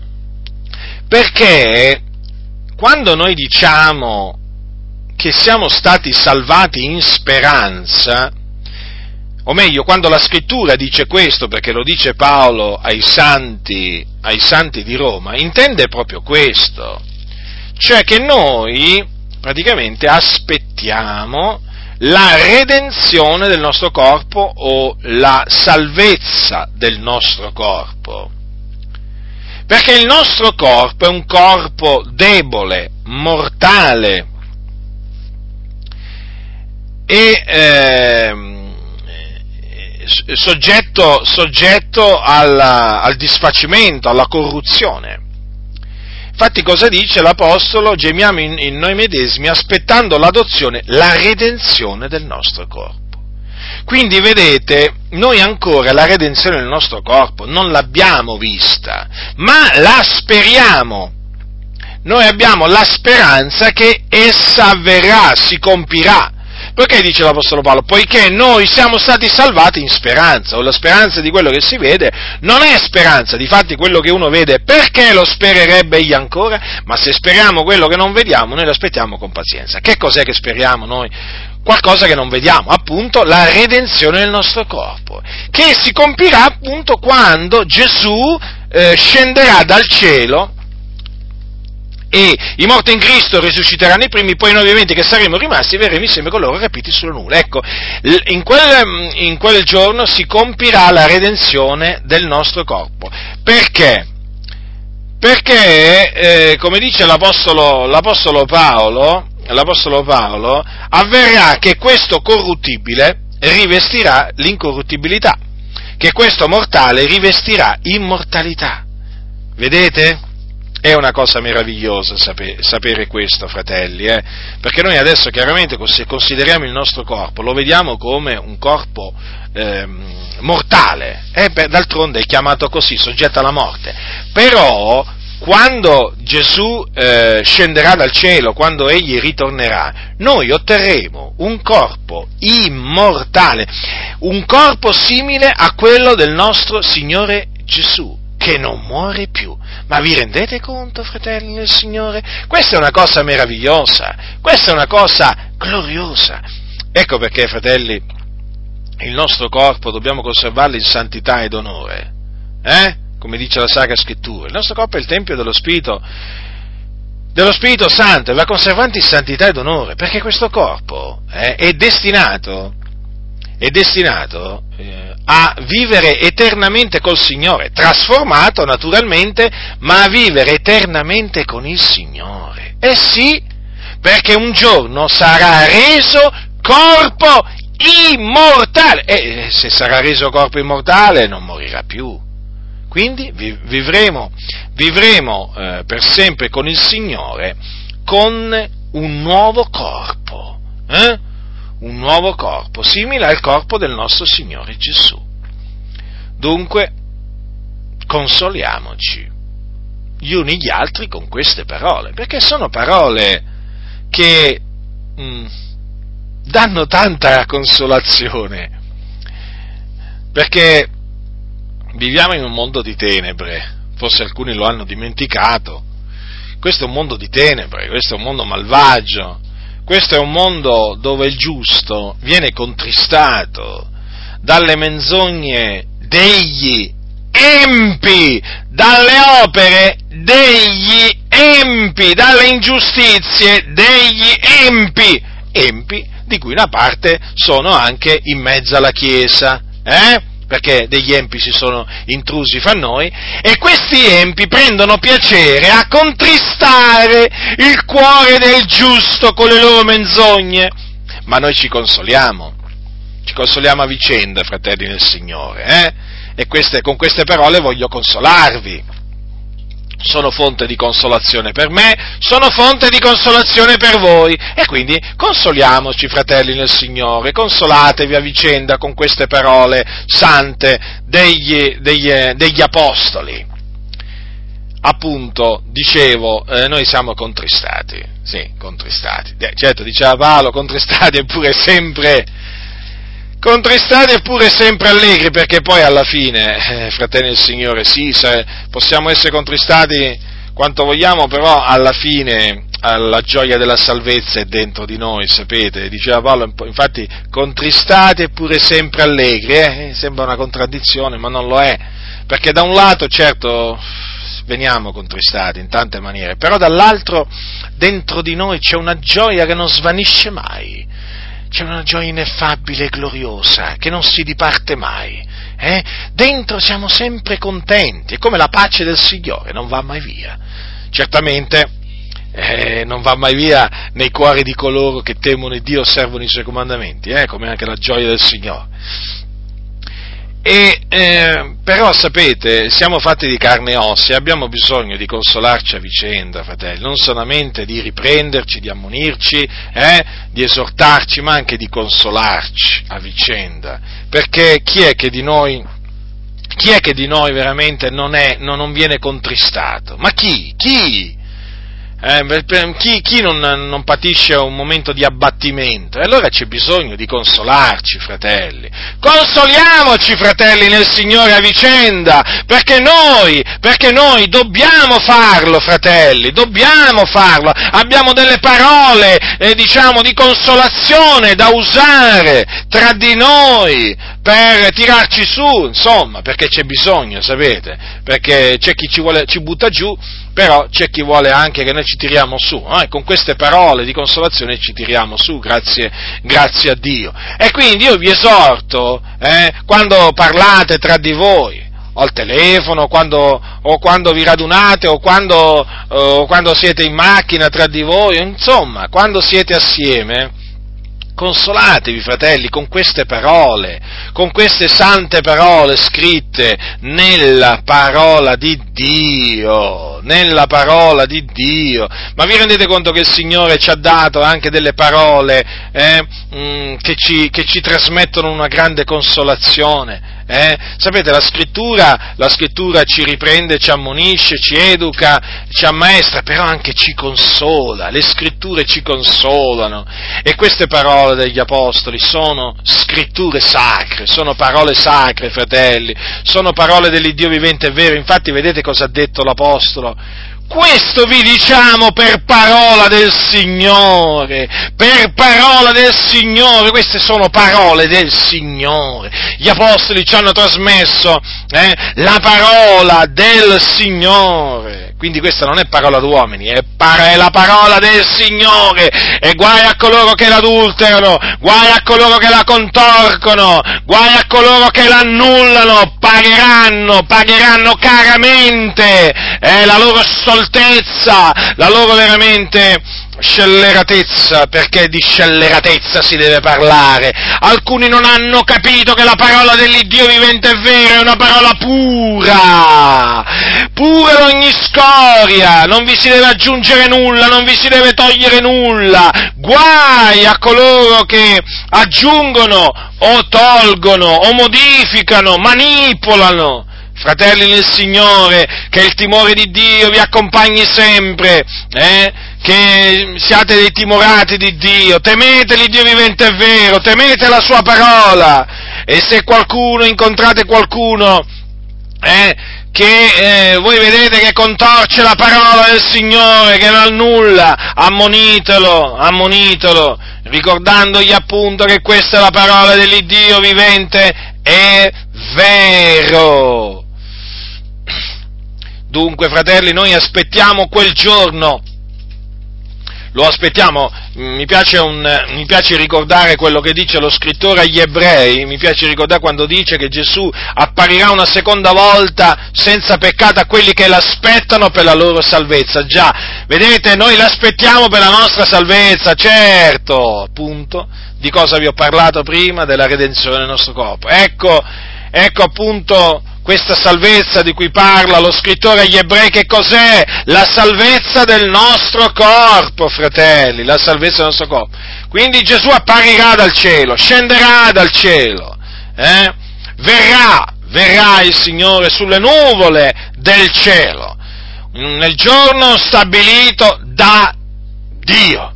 perché quando noi diciamo che siamo stati salvati in speranza, o meglio, quando la Scrittura dice questo, perché lo dice Paolo ai santi, ai santi di Roma, intende proprio questo, cioè che noi praticamente aspettiamo la redenzione del nostro corpo o la salvezza del nostro corpo, perché il nostro corpo è un corpo debole, mortale e eh, soggetto, soggetto alla, al disfacimento, alla corruzione. Infatti cosa dice l'Apostolo? Gemiamo in, in noi medesimi aspettando l'adozione, la redenzione del nostro corpo. Quindi vedete, noi ancora la redenzione del nostro corpo non l'abbiamo vista, ma la speriamo. Noi abbiamo la speranza che essa avverrà, si compirà. Perché dice l'Apostolo Paolo? Poiché noi siamo stati salvati in speranza, o la speranza di quello che si vede non è speranza, difatti quello che uno vede, perché lo spererebbe egli ancora? Ma se speriamo quello che non vediamo, noi lo aspettiamo con pazienza. Che cos'è che speriamo noi? Qualcosa che non vediamo, appunto la redenzione del nostro corpo, che si compirà appunto quando Gesù eh, scenderà dal cielo, e i morti in Cristo risusciteranno i primi, poi noi ovviamente che saremo rimasti verremo insieme con loro rapiti sulle nuvole. Ecco, in quel, in quel giorno si compirà la redenzione del nostro corpo. Perché? Perché, eh, come dice l'Apostolo, l'Apostolo Paolo, l'Apostolo Paolo, avverrà che questo corruttibile rivestirà l'incorruttibilità, che questo mortale rivestirà immortalità. Vedete? È una cosa meravigliosa sapere, sapere questo, fratelli, eh? Perché noi adesso chiaramente, se consideriamo il nostro corpo, lo vediamo come un corpo ehm, mortale, eh? Beh, d'altronde è chiamato così, soggetto alla morte, però quando Gesù eh, scenderà dal cielo, quando Egli ritornerà, noi otterremo un corpo immortale, un corpo simile a quello del nostro Signore Gesù, che non muore più. Ma vi rendete conto, fratelli del Signore? Questa è una cosa meravigliosa, questa è una cosa gloriosa. Ecco perché, fratelli, il nostro corpo dobbiamo conservarlo in santità ed onore, eh? Come dice la Sacra Scrittura. Il nostro corpo è il Tempio dello Spirito, dello Spirito Santo, e va conservato in santità ed onore, perché questo corpo eh, è destinato, è destinato eh, a vivere eternamente col Signore, trasformato naturalmente, ma a vivere eternamente con il Signore. Eh sì, perché un giorno sarà reso corpo immortale, e se sarà reso corpo immortale non morirà più. Quindi vivremo, vivremo eh, per sempre con il Signore con un nuovo corpo, eh? un nuovo corpo, simile al corpo del nostro Signore Gesù. Dunque, consoliamoci gli uni gli altri con queste parole, perché sono parole che mh, danno tanta consolazione, perché viviamo in un mondo di tenebre, forse alcuni lo hanno dimenticato. Questo è un mondo di tenebre, questo è un mondo malvagio, questo è un mondo dove il giusto viene contristato dalle menzogne degli empi, dalle opere degli empi, dalle ingiustizie degli empi, empi di cui una parte sono anche in mezzo alla Chiesa, eh? Perché degli empi si sono intrusi fra noi, e questi empi prendono piacere a contristare il cuore del giusto con le loro menzogne. Ma noi ci consoliamo, ci consoliamo a vicenda, fratelli nel Signore, eh? E queste, con queste parole voglio consolarvi. Sono fonte di consolazione per me, sono fonte di consolazione per voi, e quindi consoliamoci, fratelli nel Signore, consolatevi a vicenda con queste parole sante degli, degli, degli apostoli. Appunto, dicevo, eh, noi siamo contristati, sì, contristati, eh, certo, diceva Paolo, contristati eppure sempre... contristati eppure sempre allegri, perché poi alla fine, eh, fratelli del Signore, sì, se possiamo essere contristati quanto vogliamo, però alla fine la gioia della salvezza è dentro di noi, sapete, diceva Paolo, infatti contristati eppure sempre allegri, eh? Sembra una contraddizione, ma non lo è, perché da un lato, certo, veniamo contristati in tante maniere, però dall'altro dentro di noi c'è una gioia che non svanisce mai. C'è una gioia ineffabile e gloriosa, che non si diparte mai, eh? Dentro siamo sempre contenti, è come la pace del Signore, non va mai via. Certamente eh, non va mai via nei cuori di coloro che temono il Dio e osservano i Suoi comandamenti, eh? Come anche la gioia del Signore. E, eh, però sapete, siamo fatti di carne e ossa e abbiamo bisogno di consolarci a vicenda, fratelli, non solamente di riprenderci, di ammonirci, eh, di esortarci, ma anche di consolarci a vicenda, perché chi è che di noi, chi è che di noi veramente non è, non, non viene contristato? Ma chi? Chi? Eh, chi, chi non, non patisce un momento di abbattimento? E allora c'è bisogno di consolarci, fratelli. Consoliamoci, fratelli, nel Signore a vicenda, perché noi, perché noi dobbiamo farlo, fratelli, dobbiamo farlo. Abbiamo delle parole, eh, diciamo, di consolazione da usare tra di noi per tirarci su, insomma, perché c'è bisogno, sapete, perché c'è chi ci vuole, ci butta giù, però c'è chi vuole anche che noi ci tiriamo su, eh? Con queste parole di consolazione ci tiriamo su, grazie, grazie a Dio. E quindi io vi esorto, eh, quando parlate tra di voi, o al telefono, quando, o quando vi radunate, o quando, o quando siete in macchina tra di voi, insomma, quando siete assieme, consolatevi, fratelli, con queste parole, con queste sante parole scritte nella parola di Dio, nella parola di Dio. Ma vi rendete conto che il Signore ci ha dato anche delle parole eh, mh, che, ci, che ci trasmettono una grande consolazione? Eh? Sapete, la scrittura, la scrittura ci riprende, ci ammonisce, ci educa, ci ammaestra, però anche ci consola. Le scritture ci consolano, e queste parole degli apostoli sono scritture sacre, sono parole sacre, fratelli, sono parole dell'Iddio vivente e vero. Infatti vedete cosa ha detto l'apostolo? Questo vi diciamo per parola del Signore, per parola del Signore, queste sono parole del Signore. Gli apostoli ci hanno trasmesso eh, la parola del Signore, quindi questa non è parola d'uomini, è, par- è la parola del Signore, e guai a coloro che l'adulterano, guai a coloro che la contorcono, guai a coloro che l'annullano, pagheranno, pagheranno caramente eh, la loro stoltezza, la loro veramente scelleratezza, perché di scelleratezza si deve parlare. Alcuni non hanno capito che la parola dell'Iddio vivente e vero è una parola pura, pura da ogni scoria, non vi si deve aggiungere nulla, non vi si deve togliere nulla. Guai a coloro che aggiungono o tolgono o modificano, manipolano. Fratelli nel Signore, che il timore di Dio vi accompagni sempre, eh? Che siate dei timorati di Dio, temete l'Iddio vivente e vero, temete la Sua parola, e se qualcuno, incontrate qualcuno, eh, che eh, voi vedete che contorce la parola del Signore, che non annulla, ammonitelo, ammonitelo, ricordandogli appunto che questa è la parola dell'Iddio vivente e vero. Dunque, fratelli, noi aspettiamo quel giorno, lo aspettiamo, mi piace, un, mi piace ricordare quello che dice lo scrittore agli Ebrei, mi piace ricordare quando dice che Gesù apparirà una seconda volta senza peccato a quelli che l'aspettano per la loro salvezza. Già, vedete, noi l'aspettiamo per la nostra salvezza, certo, appunto, di cosa vi ho parlato prima, della redenzione del nostro corpo. Ecco, ecco appunto questa salvezza di cui parla lo scrittore agli Ebrei. Che cos'è? La salvezza del nostro corpo, fratelli, la salvezza del nostro corpo. Quindi Gesù apparirà dal cielo, scenderà dal cielo, eh? verrà, verrà il Signore sulle nuvole del cielo, nel giorno stabilito da Dio,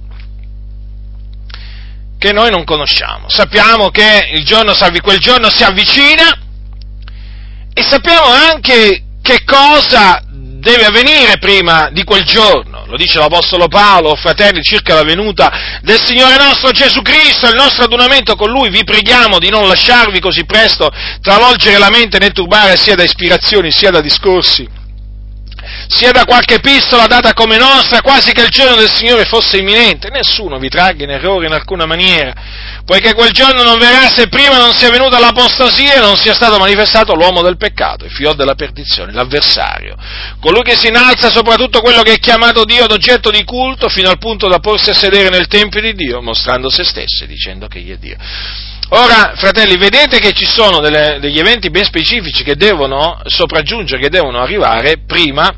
che noi non conosciamo. Sappiamo che il giorno, quel giorno si avvicina, e sappiamo anche che cosa deve avvenire prima di quel giorno. Lo dice l'Apostolo Paolo, fratelli, circa la venuta del Signore nostro Gesù Cristo, il nostro adunamento con Lui. Vi preghiamo di non lasciarvi così presto travolgere la mente né turbare sia da ispirazioni, sia da discorsi, sia da qualche epistola data come nostra, quasi che il giorno del Signore fosse imminente. Nessuno vi tragga in errore in alcuna maniera, poiché quel giorno non verrà se prima non sia venuta l'apostasia e non sia stato manifestato l'uomo del peccato, il figlio della perdizione, l'avversario, colui che si innalza sopra tutto quello che è chiamato Dio ad oggetto di culto, fino al punto da porsi a sedere nel Tempio di Dio, mostrando se stesso e dicendo che egli è Dio. Ora, fratelli, vedete che ci sono delle, degli eventi ben specifici che devono sopraggiungere, che devono arrivare prima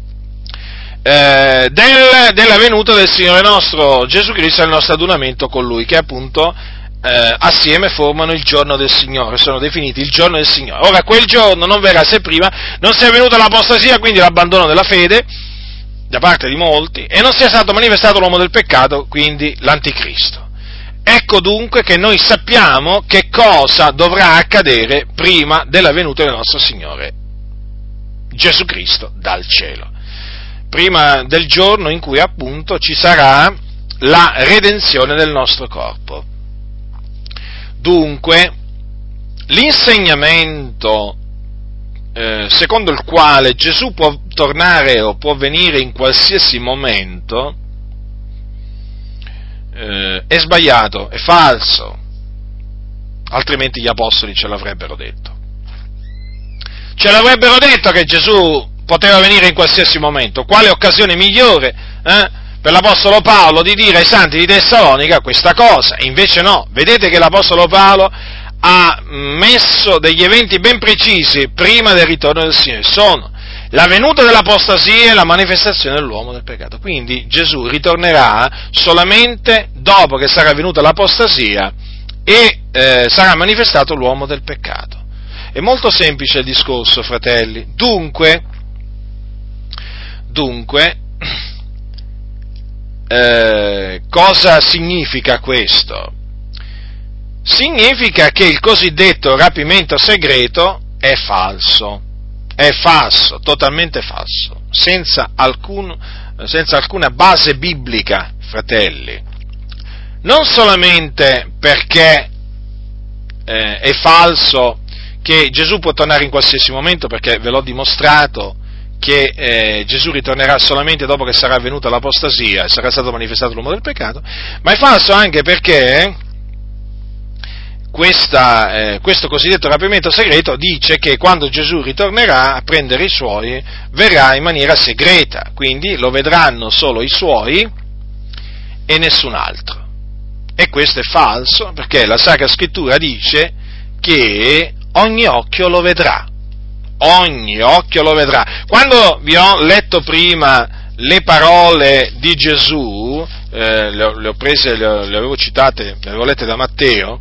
Eh, del, della venuta del Signore nostro Gesù Cristo e il nostro adunamento con Lui, che appunto eh, assieme formano il giorno del Signore, sono definiti il giorno del Signore. Ora, quel giorno non verrà se prima non sia venuta l'apostasia, quindi l'abbandono della fede da parte di molti, e non sia stato manifestato l'uomo del peccato, quindi l'anticristo. Ecco dunque che noi sappiamo che cosa dovrà accadere prima della venuta del nostro Signore Gesù Cristo dal cielo, prima del giorno in cui appunto ci sarà la redenzione del nostro corpo. Dunque, l'insegnamento eh, secondo il quale Gesù può tornare o può venire in qualsiasi momento eh, è sbagliato, è falso, altrimenti gli apostoli ce l'avrebbero detto. Ce l'avrebbero detto che Gesù poteva venire in qualsiasi momento. Quale occasione migliore eh, per l'Apostolo Paolo di dire ai santi di Tessalonica questa cosa? E invece no, vedete che l'Apostolo Paolo ha messo degli eventi ben precisi prima del ritorno del Signore. Sono la venuta dell'apostasia e la manifestazione dell'uomo del peccato. Quindi Gesù ritornerà solamente dopo che sarà venuta l'apostasia e eh, sarà manifestato l'uomo del peccato. È molto semplice il discorso, fratelli. Dunque, dunque, eh, cosa significa questo? Significa che il cosiddetto rapimento segreto è falso, è falso, totalmente falso, senza, alcun, senza alcuna base biblica, fratelli. Non solamente perché eh, è falso che Gesù può tornare in qualsiasi momento, perché ve l'ho dimostrato che eh, Gesù ritornerà solamente dopo che sarà avvenuta l'apostasia e sarà stato manifestato l'uomo del peccato, ma è falso anche perché questa, eh, questo cosiddetto rapimento segreto dice che quando Gesù ritornerà a prendere i suoi verrà in maniera segreta, quindi lo vedranno solo i suoi e nessun altro. E questo è falso perché la Sacra Scrittura dice che ogni occhio lo vedrà, ogni occhio lo vedrà. Quando vi ho letto prima le parole di Gesù, eh, le, ho, le ho prese, le, ho, le avevo citate, le avevo lette da Matteo,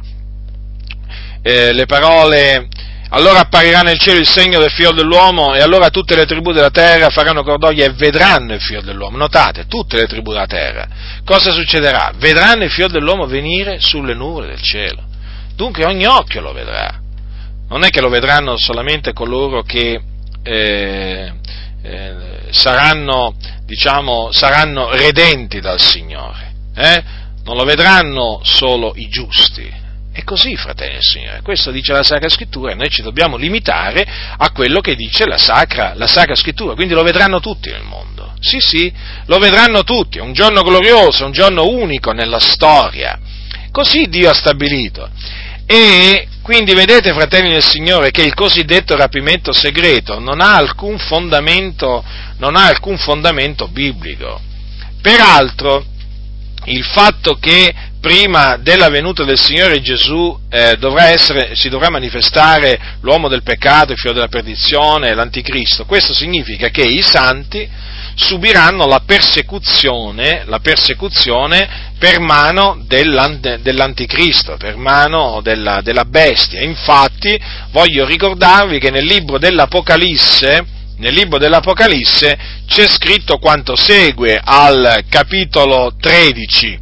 eh, le parole: allora apparirà nel cielo il segno del figlio dell'uomo e allora tutte le tribù della terra faranno cordoglio e vedranno il figlio dell'uomo. Notate, tutte le tribù della terra. Cosa succederà? Vedranno il figlio dell'uomo venire sulle nuvole del cielo. Dunque ogni occhio lo vedrà. Non è che lo vedranno solamente coloro che eh, eh, saranno, diciamo, saranno redenti dal Signore, eh? Non lo vedranno solo i giusti. È così, fratelli del Signore, questo dice la Sacra Scrittura e noi ci dobbiamo limitare a quello che dice la Sacra, la Sacra Scrittura, quindi lo vedranno tutti nel mondo. Sì, sì, lo vedranno tutti, è un giorno glorioso, un giorno unico nella storia. Così Dio ha stabilito. E quindi vedete, fratelli del Signore, che il cosiddetto rapimento segreto non ha alcun fondamento, non ha alcun fondamento biblico. Peraltro, il fatto che prima della venuta del Signore Gesù eh, dovrà essere, si dovrà manifestare l'uomo del peccato, il figlio della perdizione, l'anticristo, questo significa che i santi subiranno la persecuzione, la persecuzione per mano dell'anticristo, per mano della, della bestia. Infatti, voglio ricordarvi che nel libro dell'Apocalisse, nel libro dell'Apocalisse c'è scritto quanto segue al capitolo tredici,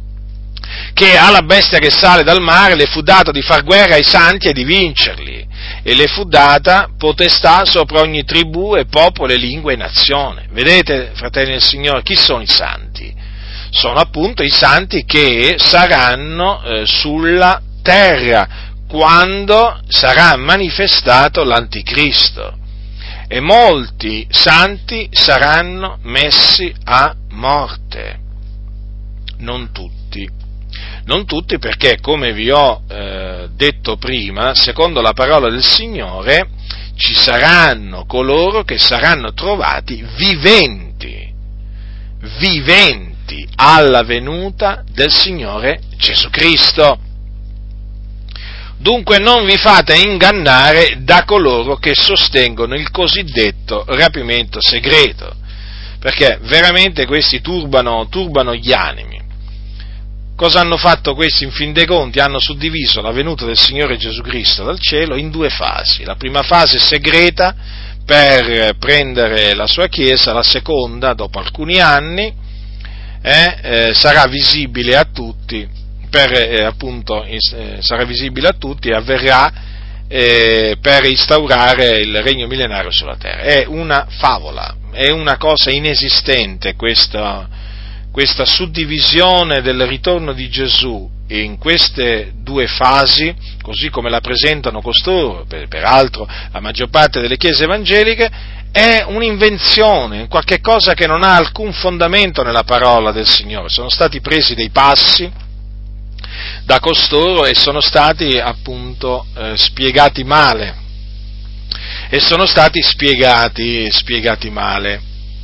che alla bestia che sale dal mare le fu dato di far guerra ai santi e di vincerli, e le fu data potestà sopra ogni tribù e popolo e lingua e nazione. Vedete, fratelli del Signore, chi sono i santi? Sono appunto i santi che saranno eh, sulla terra quando sarà manifestato l'anticristo, e molti santi saranno messi a morte. Non tutti. Non tutti perché, come vi ho eh, detto prima, secondo la parola del Signore, ci saranno coloro che saranno trovati viventi, viventi alla venuta del Signore Gesù Cristo. Dunque non vi fate ingannare da coloro che sostengono il cosiddetto rapimento segreto, perché veramente questi turbano, turbano gli animi. Cosa hanno fatto questi in fin dei conti? Hanno suddiviso la venuta del Signore Gesù Cristo dal cielo in due fasi. La prima fase segreta per prendere la sua Chiesa, la seconda, dopo alcuni anni, eh, eh, sarà visibile a tutti, per, eh, appunto, eh, sarà visibile a tutti e avverrà eh, per instaurare il regno millenario sulla terra. È una favola, è una cosa inesistente questa. Questa suddivisione del ritorno di Gesù in queste due fasi, così come la presentano costoro, per, peraltro la maggior parte delle chiese evangeliche, è un'invenzione, qualche cosa che non ha alcun fondamento nella parola del Signore. Sono stati presi dei passi da costoro e sono stati appunto eh, spiegati male, e sono stati spiegati, spiegati male.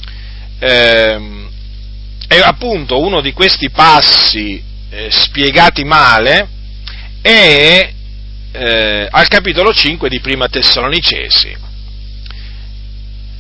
Eh, E appunto uno di questi passi eh, spiegati male è eh, al capitolo cinque di Prima Tessalonicesi.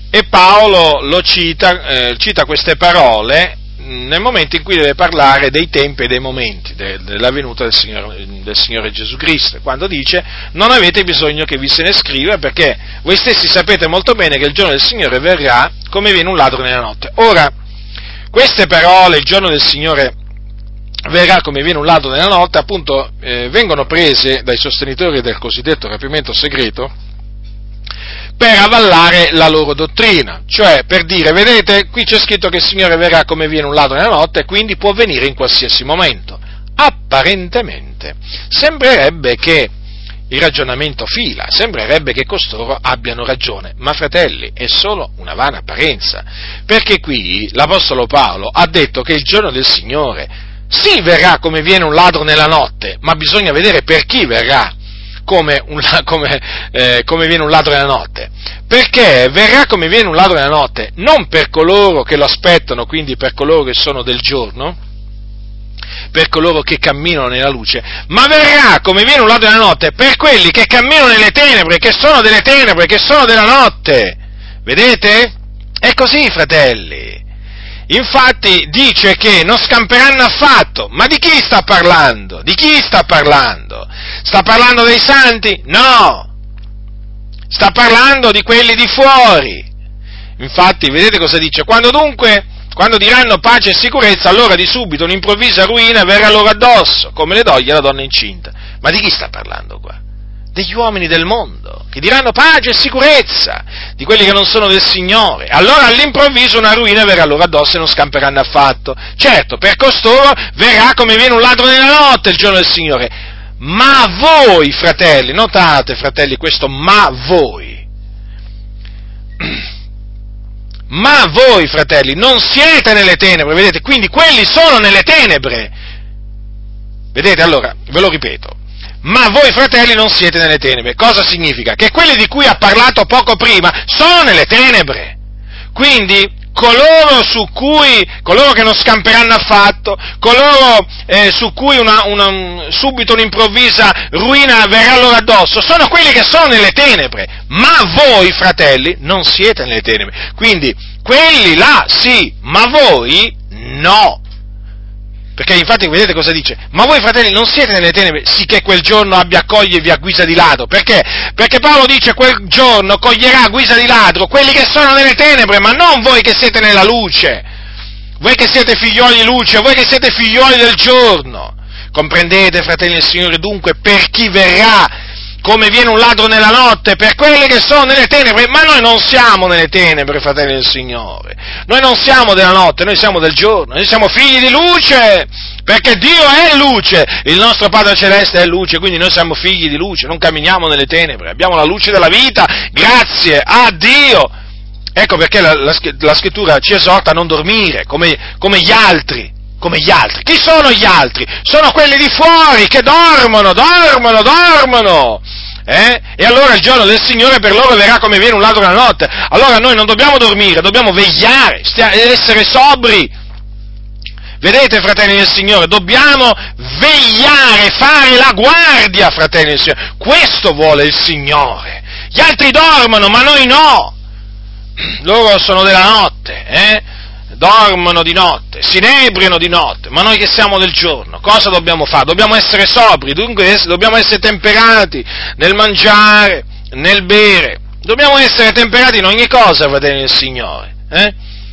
E Paolo lo cita, eh, cita queste parole nel momento in cui deve parlare dei tempi e dei momenti de, della venuta del Signore, del Signore Gesù Cristo, quando dice: non avete bisogno che vi se ne scriva, perché voi stessi sapete molto bene che il giorno del Signore verrà come viene un ladro nella notte. Ora, queste parole, il giorno del Signore verrà come viene un ladro nella notte, appunto eh, vengono prese dai sostenitori del cosiddetto rapimento segreto per avvallare la loro dottrina, cioè per dire: vedete, qui c'è scritto che il Signore verrà come viene un ladro nella notte, e quindi può venire in qualsiasi momento. Apparentemente sembrerebbe che il ragionamento fila, sembrerebbe che costoro abbiano ragione, ma fratelli, è solo una vana apparenza, perché qui l'Apostolo Paolo ha detto che il giorno del Signore sì verrà come viene un ladro nella notte, ma bisogna vedere per chi verrà come, un, come, eh, come viene un ladro nella notte, perché verrà come viene un ladro nella notte non per coloro che lo aspettano, quindi per coloro che sono del giorno, per coloro che camminano nella luce, ma verrà come viene un ladro nella notte per quelli che camminano nelle tenebre, che sono delle tenebre, che sono della notte. Vedete? È così, fratelli. Infatti dice che non scamperanno affatto. Ma di chi sta parlando? Di chi sta parlando? Sta parlando dei santi? No! Sta parlando di quelli di fuori. Infatti, vedete cosa dice? Quando dunque, quando diranno pace e sicurezza, allora di subito un'improvvisa ruina verrà loro addosso, come le doglie alla donna incinta. Ma di chi sta parlando qua? Degli uomini del mondo, che diranno pace e sicurezza, di quelli che non sono del Signore. Allora all'improvviso una ruina verrà loro addosso e non scamperanno affatto. Certo, per costoro verrà come viene un ladro nella notte il giorno del Signore. Ma voi, fratelli, notate, fratelli, questo ma voi, ma voi, fratelli, non siete nelle tenebre, vedete? Quindi quelli sono nelle tenebre. Vedete, allora, ve lo ripeto. Ma voi, fratelli, non siete nelle tenebre. Cosa significa? Che quelli di cui ha parlato poco prima sono nelle tenebre. Quindi coloro su cui, coloro che non scamperanno affatto, coloro eh, su cui una, una, subito un'improvvisa ruina verrà loro addosso, sono quelli che sono nelle tenebre. Ma voi, fratelli, non siete nelle tenebre. Quindi quelli là sì, ma voi no. Perché infatti vedete cosa dice? Ma voi, fratelli, non siete nelle tenebre, sicché quel giorno abbia a cogliervi a guisa di ladro. Perché? Perché Paolo dice: quel giorno coglierà a guisa di ladro quelli che sono nelle tenebre, ma non voi che siete nella luce. Voi che siete figlioli di luce, voi che siete figlioli del giorno. Comprendete, fratelli del Signore, dunque, per chi verrà come viene un ladro nella notte, per quelli che sono nelle tenebre. Ma noi non siamo nelle tenebre, fratelli del Signore. Noi non siamo della notte, noi siamo del giorno, noi siamo figli di luce, perché Dio è luce, il nostro Padre Celeste è luce, quindi noi siamo figli di luce, non camminiamo nelle tenebre, abbiamo la luce della vita, grazie a Dio. Ecco perché la, la, la Scrittura ci esorta a non dormire, come, come gli altri, come gli altri. Chi sono gli altri? Sono quelli di fuori, che dormono, dormono, dormono. Eh? E allora il giorno del Signore per loro verrà come viene un ladro nella notte. Allora noi non dobbiamo dormire, dobbiamo vegliare, stia, essere sobri. Vedete, fratelli del Signore, dobbiamo vegliare, fare la guardia, fratelli del Signore. Questo vuole il Signore. Gli altri dormono, ma noi no. Loro sono della notte, eh? Dormono di notte, si inebriano di notte, ma noi che siamo del giorno, cosa dobbiamo fare? Dobbiamo essere sobri, dunque dobbiamo essere temperati nel mangiare, nel bere, dobbiamo essere temperati in ogni cosa, fratelli del Signore, eh?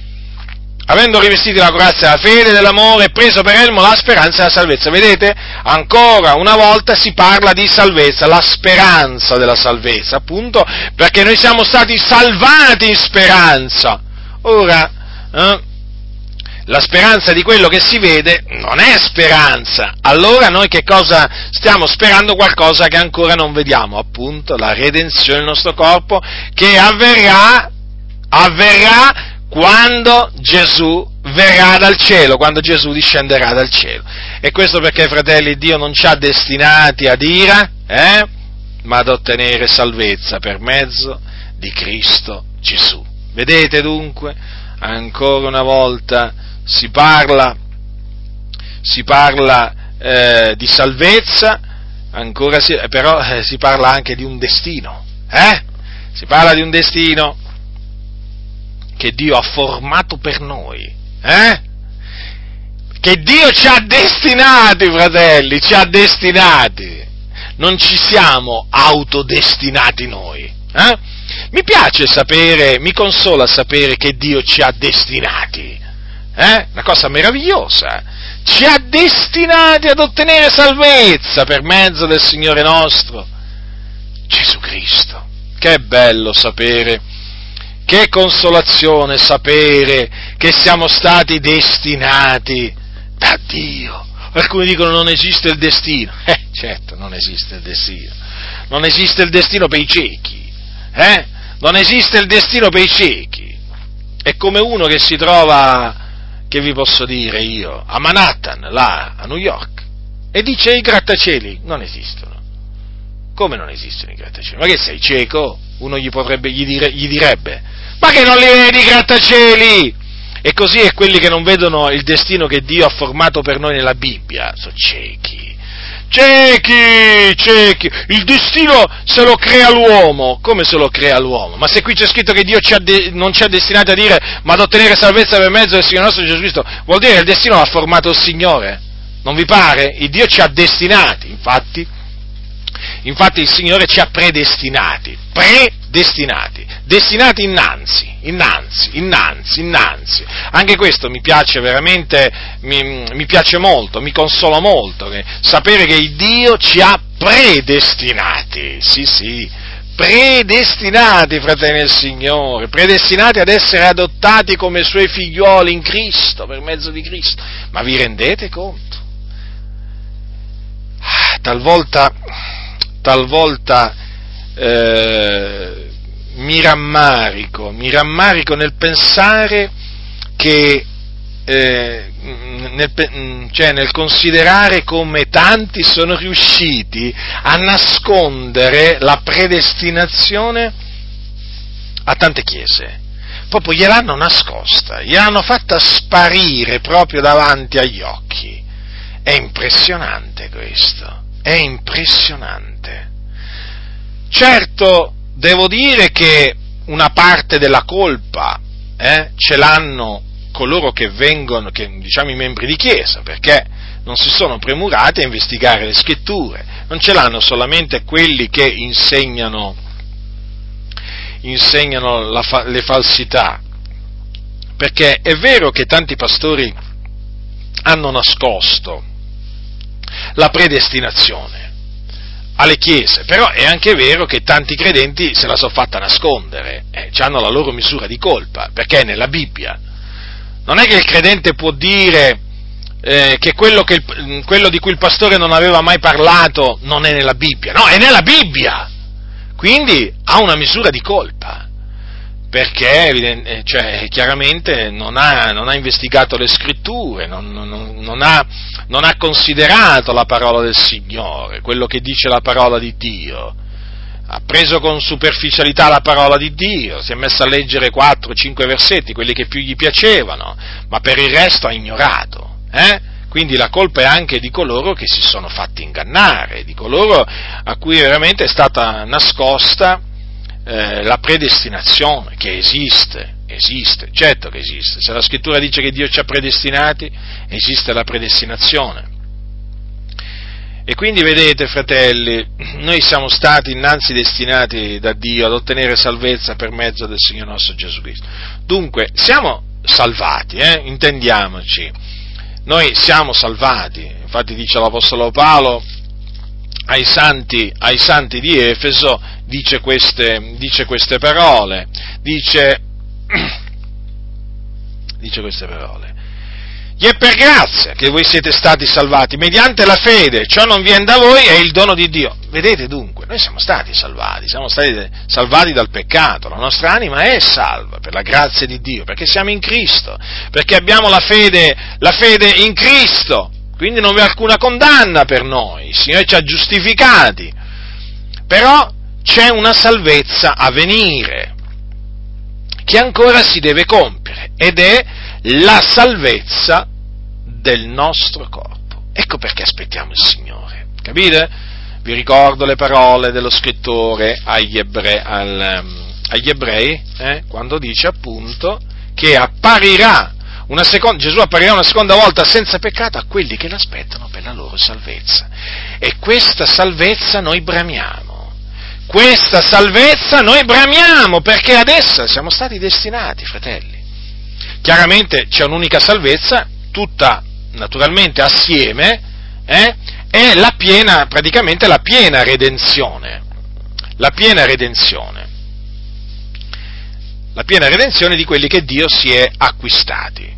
Avendo rivestiti la grazia della fede, dell'amore, e preso per elmo la speranza della salvezza. Vedete? Ancora una volta si parla di salvezza, la speranza della salvezza, appunto, perché noi siamo stati salvati in speranza. Ora, eh, la speranza di quello che si vede non è speranza. Allora noi che cosa stiamo sperando? Qualcosa che ancora non vediamo, appunto, la redenzione del nostro corpo, che avverrà, avverrà quando Gesù verrà dal cielo, quando Gesù discenderà dal cielo. E questo perché, fratelli, Dio non ci ha destinati ad ira, eh, ma ad ottenere salvezza per mezzo di Cristo Gesù. Vedete dunque, ancora una volta si parla, si parla eh, di salvezza, ancora si, però eh, si parla anche di un destino, eh? Si parla di un destino. che Dio ha formato per noi, eh? Che Dio ci ha destinati, fratelli, ci ha destinati. Non ci siamo autodestinati noi, eh? Mi piace sapere, mi consola sapere che Dio ci ha destinati, eh? Una cosa meravigliosa. Ci ha destinati ad ottenere salvezza per mezzo del Signore nostro Gesù Cristo. Che bello sapere, che consolazione sapere che siamo stati destinati da Dio. Alcuni dicono non esiste il destino. Eh, certo, non esiste il destino. Non esiste il destino per i ciechi, eh? Non esiste il destino per i ciechi. È come uno che si trova, che vi posso dire io, a Manhattan, là, a New York, e dice i grattacieli non esistono. Come non esistono i grattacieli? Ma che sei cieco? Uno gli potrebbe, gli, dire, gli direbbe, ma che non li vedi i grattacieli? E così è quelli che non vedono il destino che Dio ha formato per noi nella Bibbia, sono ciechi. Ciechi, ciechi, il destino se lo crea l'uomo. Come se lo crea l'uomo? Ma se qui c'è scritto che Dio ci ha de- non ci ha destinati a dire, ma ad ottenere salvezza per mezzo del Signore nostro Gesù Cristo, vuol dire che il destino l'ha formato il Signore? Non vi pare? Il Dio ci ha destinati, infatti, infatti il Signore ci ha predestinati, predestinati, destinati innanzi, innanzi, innanzi, innanzi. Anche questo mi piace veramente, mi, mi piace molto, mi consola molto, che, sapere che il Dio ci ha predestinati, sì sì, predestinati, fratelli del Signore, predestinati ad essere adottati come Suoi figlioli in Cristo, per mezzo di Cristo. Ma vi rendete conto? Talvolta, talvolta eh, mi rammarico, mi rammarico nel pensare che, eh, nel, cioè nel considerare come tanti sono riusciti a nascondere la predestinazione a tante chiese. Proprio gliel'hanno nascosta, gliel'hanno fatta sparire proprio davanti agli occhi. È impressionante questo, è impressionante. Certo, devo dire che una parte della colpa eh, ce l'hanno coloro che vengono, che, diciamo i membri di chiesa, perché non si sono premurati a investigare le scritture, non ce l'hanno solamente quelli che insegnano, insegnano la fa, le falsità, perché è vero che tanti pastori hanno nascosto la predestinazione alle chiese, però è anche vero che tanti credenti se la sono fatta nascondere, eh, hanno la loro misura di colpa, perché è nella Bibbia. Non è che il credente può dire eh, che, quello che il, quello di cui il pastore non aveva mai parlato non è nella Bibbia, no, è nella Bibbia, quindi ha una misura di colpa, perché cioè, chiaramente non ha, non ha investigato le scritture, non, non, non, ha, non ha considerato la parola del Signore, quello che dice la parola di Dio, ha preso con superficialità la parola di Dio, si è messo a leggere quattro cinque versetti, quelli che più gli piacevano, ma per il resto ha ignorato, eh? Quindi la colpa è anche di coloro che si sono fatti ingannare, di coloro a cui veramente è stata nascosta Eh, la predestinazione, che esiste, esiste, certo che esiste. Se la scrittura dice che Dio ci ha predestinati, esiste la predestinazione. E quindi vedete, fratelli, noi siamo stati innanzi destinati da Dio ad ottenere salvezza per mezzo del Signore nostro Gesù Cristo. Dunque, siamo salvati, eh? Intendiamoci, noi siamo salvati, infatti dice l'Apostolo Paolo ai santi, ai santi di Efeso, dice queste, dice queste parole, dice, dice queste parole, gli è per grazia che voi siete stati salvati, mediante la fede, ciò non viene da voi, è il dono di Dio. Vedete dunque, noi siamo stati salvati, siamo stati salvati dal peccato, la nostra anima è salva per la grazia di Dio, perché siamo in Cristo, perché abbiamo la fede, la fede in Cristo. Quindi non vi è alcuna condanna per noi, il Signore ci ha giustificati, però c'è una salvezza a venire, che ancora si deve compiere, ed è la salvezza del nostro corpo. Ecco perché aspettiamo il Signore, capite? Vi ricordo le parole dello scrittore agli ebrei, al, agli ebrei eh, quando dice appunto che apparirà una seconda, Gesù apparirà una seconda volta senza peccato a quelli che l'aspettano per la loro salvezza. E questa salvezza noi bramiamo, questa salvezza noi bramiamo, perché ad essa siamo stati destinati, fratelli. Chiaramente c'è un'unica salvezza, tutta naturalmente assieme, eh, è la piena, praticamente la piena redenzione, la piena redenzione, la piena redenzione di quelli che Dio si è acquistati.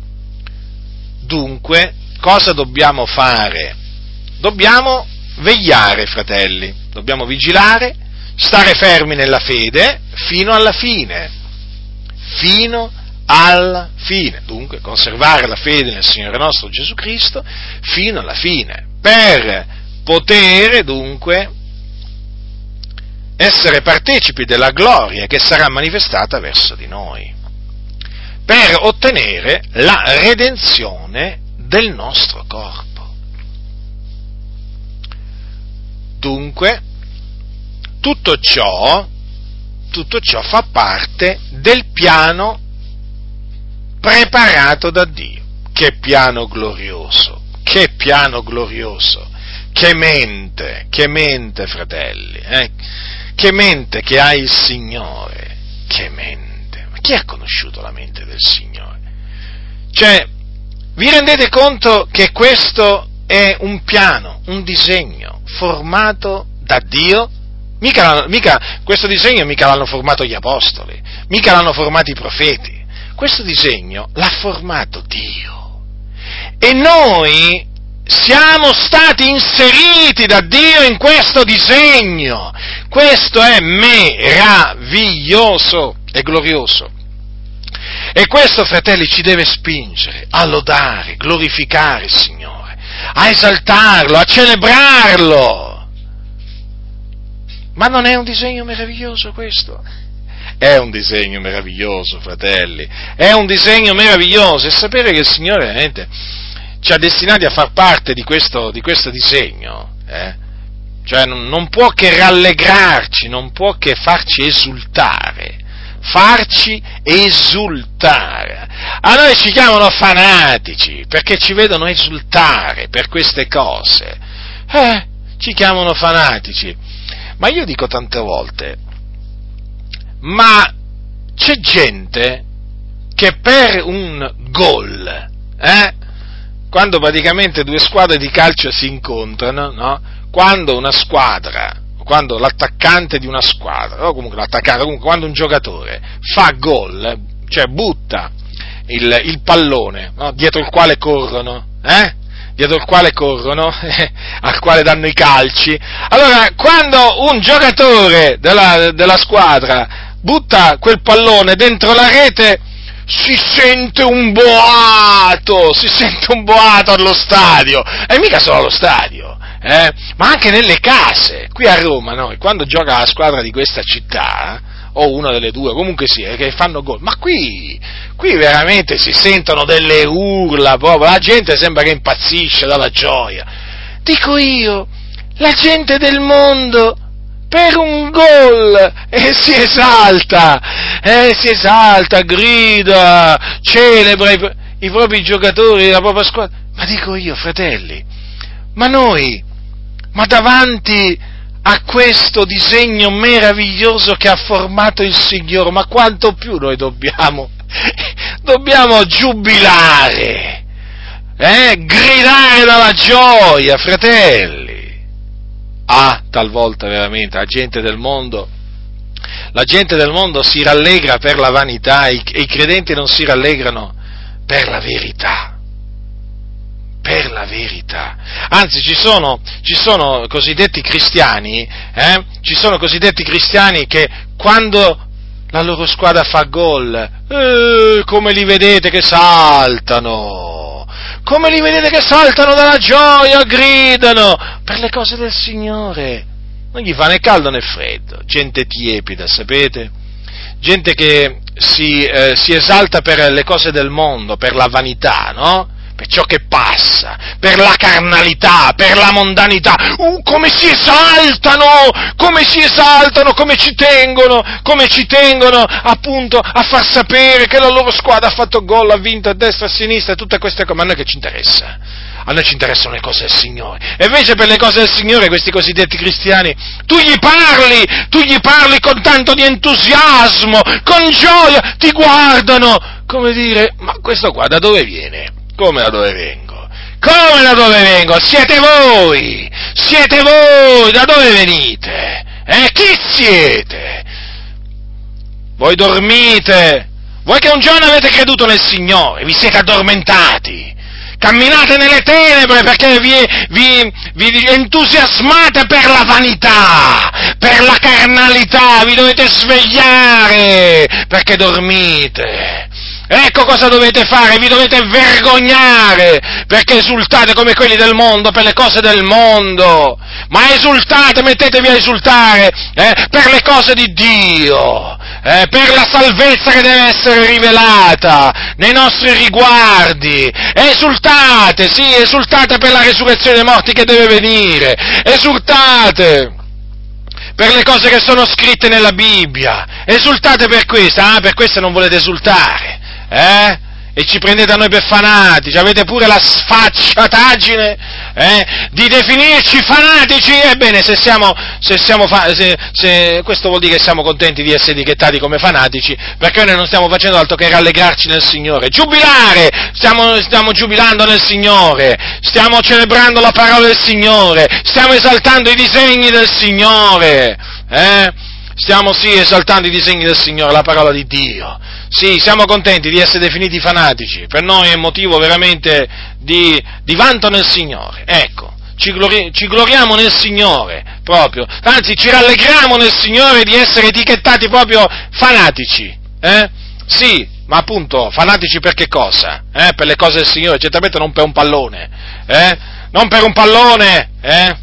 Dunque, cosa dobbiamo fare? Dobbiamo vegliare, fratelli, dobbiamo vigilare, stare fermi nella fede fino alla fine, fino alla fine, dunque conservare la fede nel Signore nostro Gesù Cristo fino alla fine, per poter dunque essere partecipi della gloria che sarà manifestata verso di noi, per ottenere la redenzione del nostro corpo. Dunque, tutto ciò, tutto ciò fa parte del piano preparato da Dio. Che piano glorioso, che piano glorioso, che mente, che mente, fratelli, eh? Che mente che ha il Signore, che mente. Ma chi ha conosciuto la mente del Signore? Cioè, vi rendete conto che questo è un piano, un disegno formato da Dio? Mica, mica questo disegno mica l'hanno formato gli apostoli, mica l'hanno formato i profeti. Questo disegno l'ha formato Dio. E noi siamo stati inseriti da Dio in questo disegno. Questo è meraviglioso e glorioso. E questo, fratelli, ci deve spingere a lodare, glorificare il Signore, a esaltarlo, a celebrarlo. Ma non è un disegno meraviglioso questo? È un disegno meraviglioso, fratelli, è un disegno meraviglioso, e sapere che il Signore veramente ci ha destinati a far parte di questo, di questo disegno, eh? Cioè non, non può che rallegrarci, non può che farci esultare, farci esultare. A noi ci chiamano fanatici, perché ci vedono esultare per queste cose, eh, ci chiamano fanatici, ma io dico tante volte, ma c'è gente che per un gol, eh, quando praticamente due squadre di calcio si incontrano, no? Quando una squadra, quando l'attaccante di una squadra, o comunque l'attaccante, comunque quando un giocatore fa gol, cioè butta il, il pallone, no? Dietro il quale corrono, eh? dietro il quale corrono, eh, al quale danno i calci, allora quando un giocatore della, della squadra butta quel pallone dentro la rete, si sente un boato, si sente un boato allo stadio, e mica solo allo stadio, eh, ma anche nelle case. Qui a Roma, noi, quando gioca la squadra di questa città, o una delle due, comunque sia, che fanno gol, ma qui, qui veramente si sentono delle urla proprio, la gente sembra che impazzisce dalla gioia. Dico io, la gente del mondo per un gol e eh, si esalta, eh, si esalta, grida, celebra i, i propri giocatori della propria squadra. Ma dico io, fratelli, ma noi, ma davanti a questo disegno meraviglioso che ha formato il Signore, ma quanto più noi dobbiamo, dobbiamo giubilare, eh, gridare dalla gioia, fratelli. Ah, talvolta veramente la gente del mondo, la gente del mondo si rallegra per la vanità, e i credenti non si rallegrano per la verità, per la verità. Anzi, ci sono, ci sono cosiddetti cristiani, eh, ci sono cosiddetti cristiani che quando la loro squadra fa gol, eh, come li vedete che saltano, come li vedete che saltano dalla gioia, gridano per le cose del Signore. Non gli fa né caldo né freddo, gente tiepida, sapete? Gente che si, eh, si esalta per le cose del mondo, per la vanità, no? per ciò che passa, per la carnalità, per la mondanità. Uh, come si esaltano, come si esaltano, come ci tengono, come ci tengono appunto a far sapere che la loro squadra ha fatto gol, ha vinto a destra e a sinistra, tutte queste cose, ma a noi che ci interessa? A noi ci interessano le cose del Signore. E invece per le cose del Signore questi cosiddetti cristiani, tu gli parli, tu gli parli con tanto di entusiasmo, con gioia, ti guardano, come dire, ma questo qua da dove viene? Come da dove vengo? Come da dove vengo? Siete voi! Siete voi! Da dove venite? Eh, chi siete? Voi dormite, voi che un giorno avete creduto nel Signore, vi siete addormentati. Camminate nelle tenebre perché vi, vi, vi entusiasmate per la vanità, per la carnalità, vi dovete svegliare perché dormite. Ecco cosa dovete fare, vi dovete vergognare perché esultate come quelli del mondo per le cose del mondo, ma esultate, mettetevi a esultare eh, per le cose di Dio. Eh, per la salvezza che deve essere rivelata nei nostri riguardi, esultate, sì, esultate per la resurrezione dei morti che deve venire, esultate per le cose che sono scritte nella Bibbia, esultate per questa, ah, per questa non volete esultare, eh? E ci prendete a noi per fanatici, avete pure la sfacciataggine eh, di definirci fanatici. Ebbene, se siamo, se siamo fa- se, se, questo vuol dire che siamo contenti di essere etichettati come fanatici, perché noi non stiamo facendo altro che rallegrarci nel Signore, giubilare, stiamo, stiamo giubilando nel Signore, stiamo celebrando la parola del Signore, stiamo esaltando i disegni del Signore, eh? Stiamo sì esaltando i disegni del Signore, la parola di Dio. Sì, siamo contenti di essere definiti fanatici, per noi è motivo veramente di, di vanto nel Signore, ecco, ci, glori, ci gloriamo nel Signore, proprio, anzi ci rallegriamo nel Signore di essere etichettati proprio fanatici, eh? Sì, ma appunto, fanatici per che cosa? Eh? Per le cose del Signore, certamente non per un pallone, eh? Non per un pallone, eh?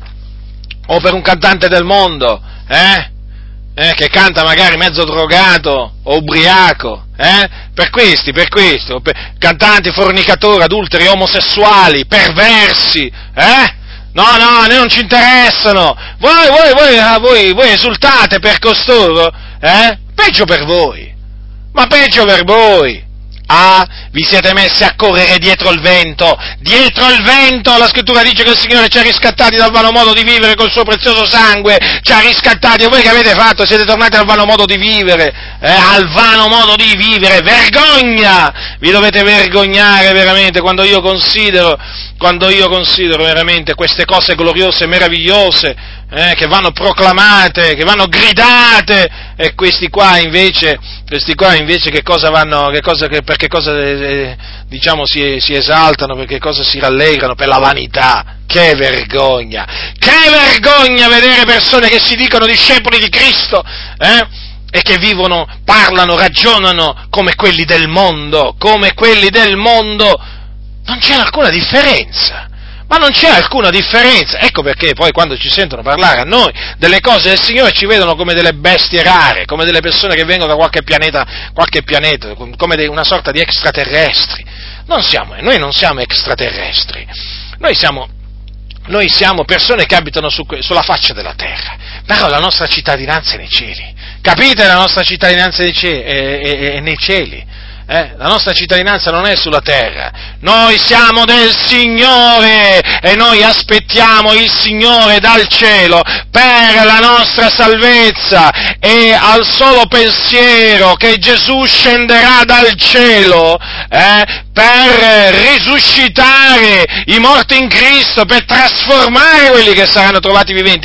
O per un cantante del mondo, eh? Eh, che canta magari mezzo drogato o ubriaco, eh? Per questi, per questo, per cantanti, fornicatori, adulteri, omosessuali, perversi, eh? No, no, a noi non ci interessano. Voi, voi, voi, voi, voi esultate per costoro, eh? Peggio per voi, ma peggio per voi. Ah, vi siete messi a correre dietro il vento, dietro il vento, la scrittura dice che il Signore ci ha riscattati dal vano modo di vivere col suo prezioso sangue, ci ha riscattati, e voi che avete fatto? Siete tornati al vano modo di vivere, eh, al vano modo di vivere, vergogna! Vi dovete vergognare veramente quando io considero, quando io considero veramente queste cose gloriose e meravigliose, eh, che vanno proclamate, che vanno gridate, e questi qua invece, questi qua invece che cosa vanno, che cosa, che, per che cosa eh, diciamo si, si esaltano, per che cosa si rallegrano? Per la vanità. Che vergogna! Che vergogna vedere persone che si dicono discepoli di Cristo, eh? E che vivono, parlano, ragionano come quelli del mondo, come quelli del mondo. Non c'è alcuna differenza. Ma non c'è alcuna differenza, ecco perché poi quando ci sentono parlare a noi delle cose del Signore ci vedono come delle bestie rare, come delle persone che vengono da qualche pianeta, qualche pianeta, come una sorta di extraterrestri. Non siamo, noi non siamo extraterrestri, noi siamo, noi siamo persone che abitano su, sulla faccia della terra, però la nostra cittadinanza è nei cieli, capite? La nostra cittadinanza è nei cieli, è, è, è nei cieli. Eh, la nostra cittadinanza non è sulla terra, noi siamo del Signore e noi aspettiamo il Signore dal cielo per la nostra salvezza, e al solo pensiero che Gesù scenderà dal cielo eh, per risuscitare i morti in Cristo, per trasformare quelli che saranno trovati viventi,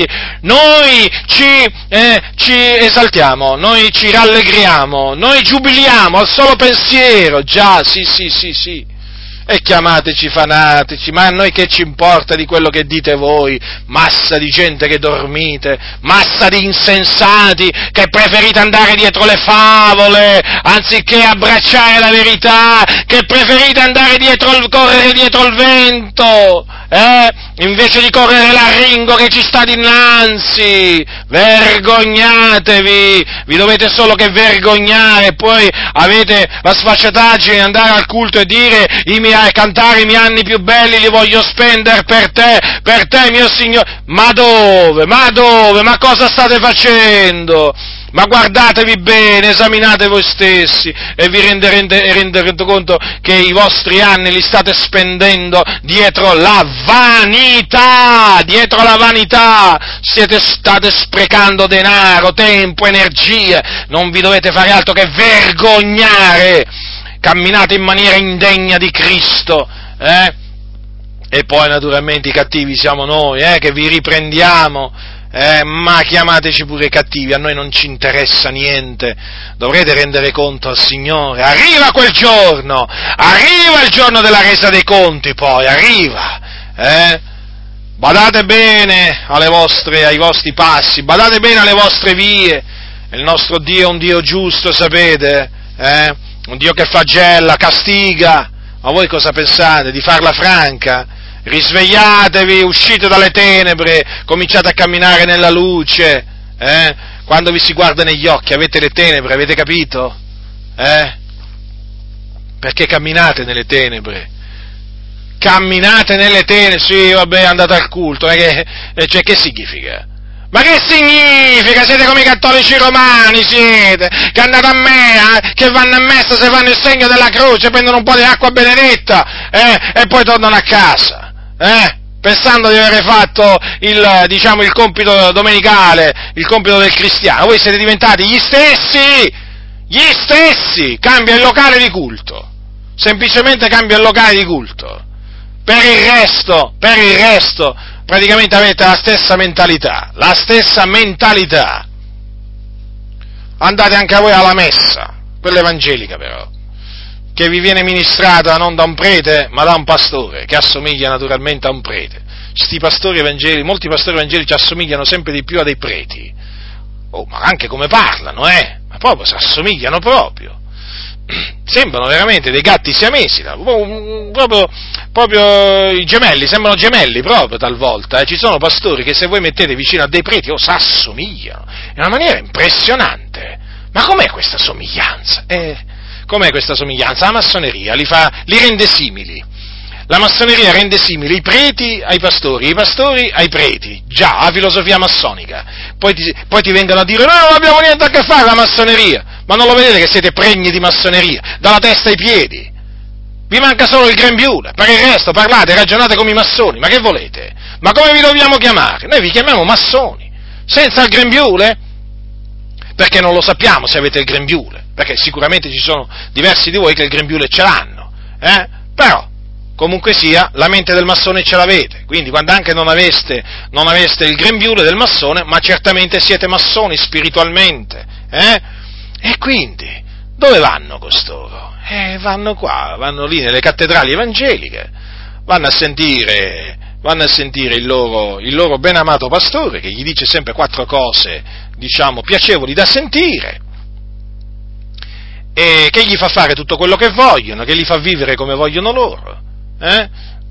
noi ci, eh, ci esaltiamo, noi ci rallegriamo, noi giubiliamo al solo pensiero. Già, sì, sì, sì, sì, e chiamateci fanatici, ma a noi che ci importa di quello che dite voi, massa di gente che dormite, massa di insensati che preferite andare dietro le favole, anziché abbracciare la verità, che preferite andare dietro il, correre dietro il vento, eh? Invece di correre l'arringo che ci sta dinanzi, vergognatevi, vi dovete solo che vergognare, e poi avete la sfacciataggine di andare al culto e dire, i miei, cantare i miei anni più belli li voglio spendere per te, per te mio Signore. Ma dove? Ma dove? Ma cosa state facendo? Ma guardatevi bene, esaminate voi stessi e vi renderete, renderete conto che i vostri anni li state spendendo dietro la vanità, dietro la vanità, siete, state sprecando denaro, tempo, energie, non vi dovete fare altro che vergognare, camminate in maniera indegna di Cristo, eh? E poi naturalmente i cattivi siamo noi, eh, che vi riprendiamo. Eh, ma chiamateci pure cattivi, a noi non ci interessa niente, dovrete rendere conto al Signore, arriva quel giorno, arriva il giorno della resa dei conti, poi arriva, eh? Badate bene alle vostre, ai vostri passi, badate bene alle vostre vie, il nostro Dio è un Dio giusto, sapete, eh? Un Dio che flagella, castiga, ma voi cosa pensate, di farla franca? Risvegliatevi, uscite dalle tenebre, cominciate a camminare nella luce, eh? Quando vi si guarda negli occhi avete le tenebre, avete capito? Eh? Perché camminate nelle tenebre? Camminate nelle tenebre, sì, vabbè, andate al culto, eh, che, eh, cioè, che significa? Ma che significa? Siete come i cattolici romani, siete, che andate a messa, eh, che vanno a messa, se fanno il segno della croce, prendono un po' di acqua benedetta, eh, e poi tornano a casa. Eh? Pensando di aver fatto il, diciamo, il compito domenicale, il compito del cristiano, voi siete diventati gli stessi, gli stessi, cambia il locale di culto, semplicemente cambia il locale di culto, per il resto, per il resto, praticamente avete la stessa mentalità, la stessa mentalità, andate anche voi alla messa, quella evangelica però, che vi viene ministrata non da un prete, ma da un pastore, che assomiglia naturalmente a un prete. Sti pastori evangelici, molti pastori evangelici assomigliano sempre di più a dei preti. Oh, ma anche come parlano, eh? Ma proprio si assomigliano proprio. Sembrano veramente dei gatti siamesi, proprio, proprio i gemelli, sembrano gemelli proprio talvolta. Eh? Ci sono pastori che se voi mettete vicino a dei preti, oh, si assomigliano, in una maniera impressionante. Ma com'è questa somiglianza? Eh... Com'è questa somiglianza? La massoneria li, fa, li rende simili. La massoneria rende simili i preti ai pastori, i pastori ai preti. Già, la filosofia massonica. Poi ti, poi ti vengono a dire, no, non abbiamo niente a che fare con la massoneria. Ma non lo vedete che siete pregni di massoneria, dalla testa ai piedi? Vi manca solo il grembiule, per il resto parlate, ragionate come i massoni. Ma che volete? Ma come vi dobbiamo chiamare? Noi vi chiamiamo massoni. Senza il grembiule? Perché non lo sappiamo se avete il grembiule. Perché sicuramente ci sono diversi di voi che il grembiule ce l'hanno, eh? Però, comunque sia, la mente del massone ce l'avete, quindi quando anche non aveste, non aveste il grembiule del massone, ma certamente siete massoni spiritualmente, eh? E quindi, dove vanno costoro? Eh, vanno qua, vanno lì nelle cattedrali evangeliche, vanno a sentire, vanno a sentire il loro, il loro ben amato pastore, che gli dice sempre quattro cose, diciamo, piacevoli da sentire, e che gli fa fare tutto quello che vogliono, che li fa vivere come vogliono loro, eh?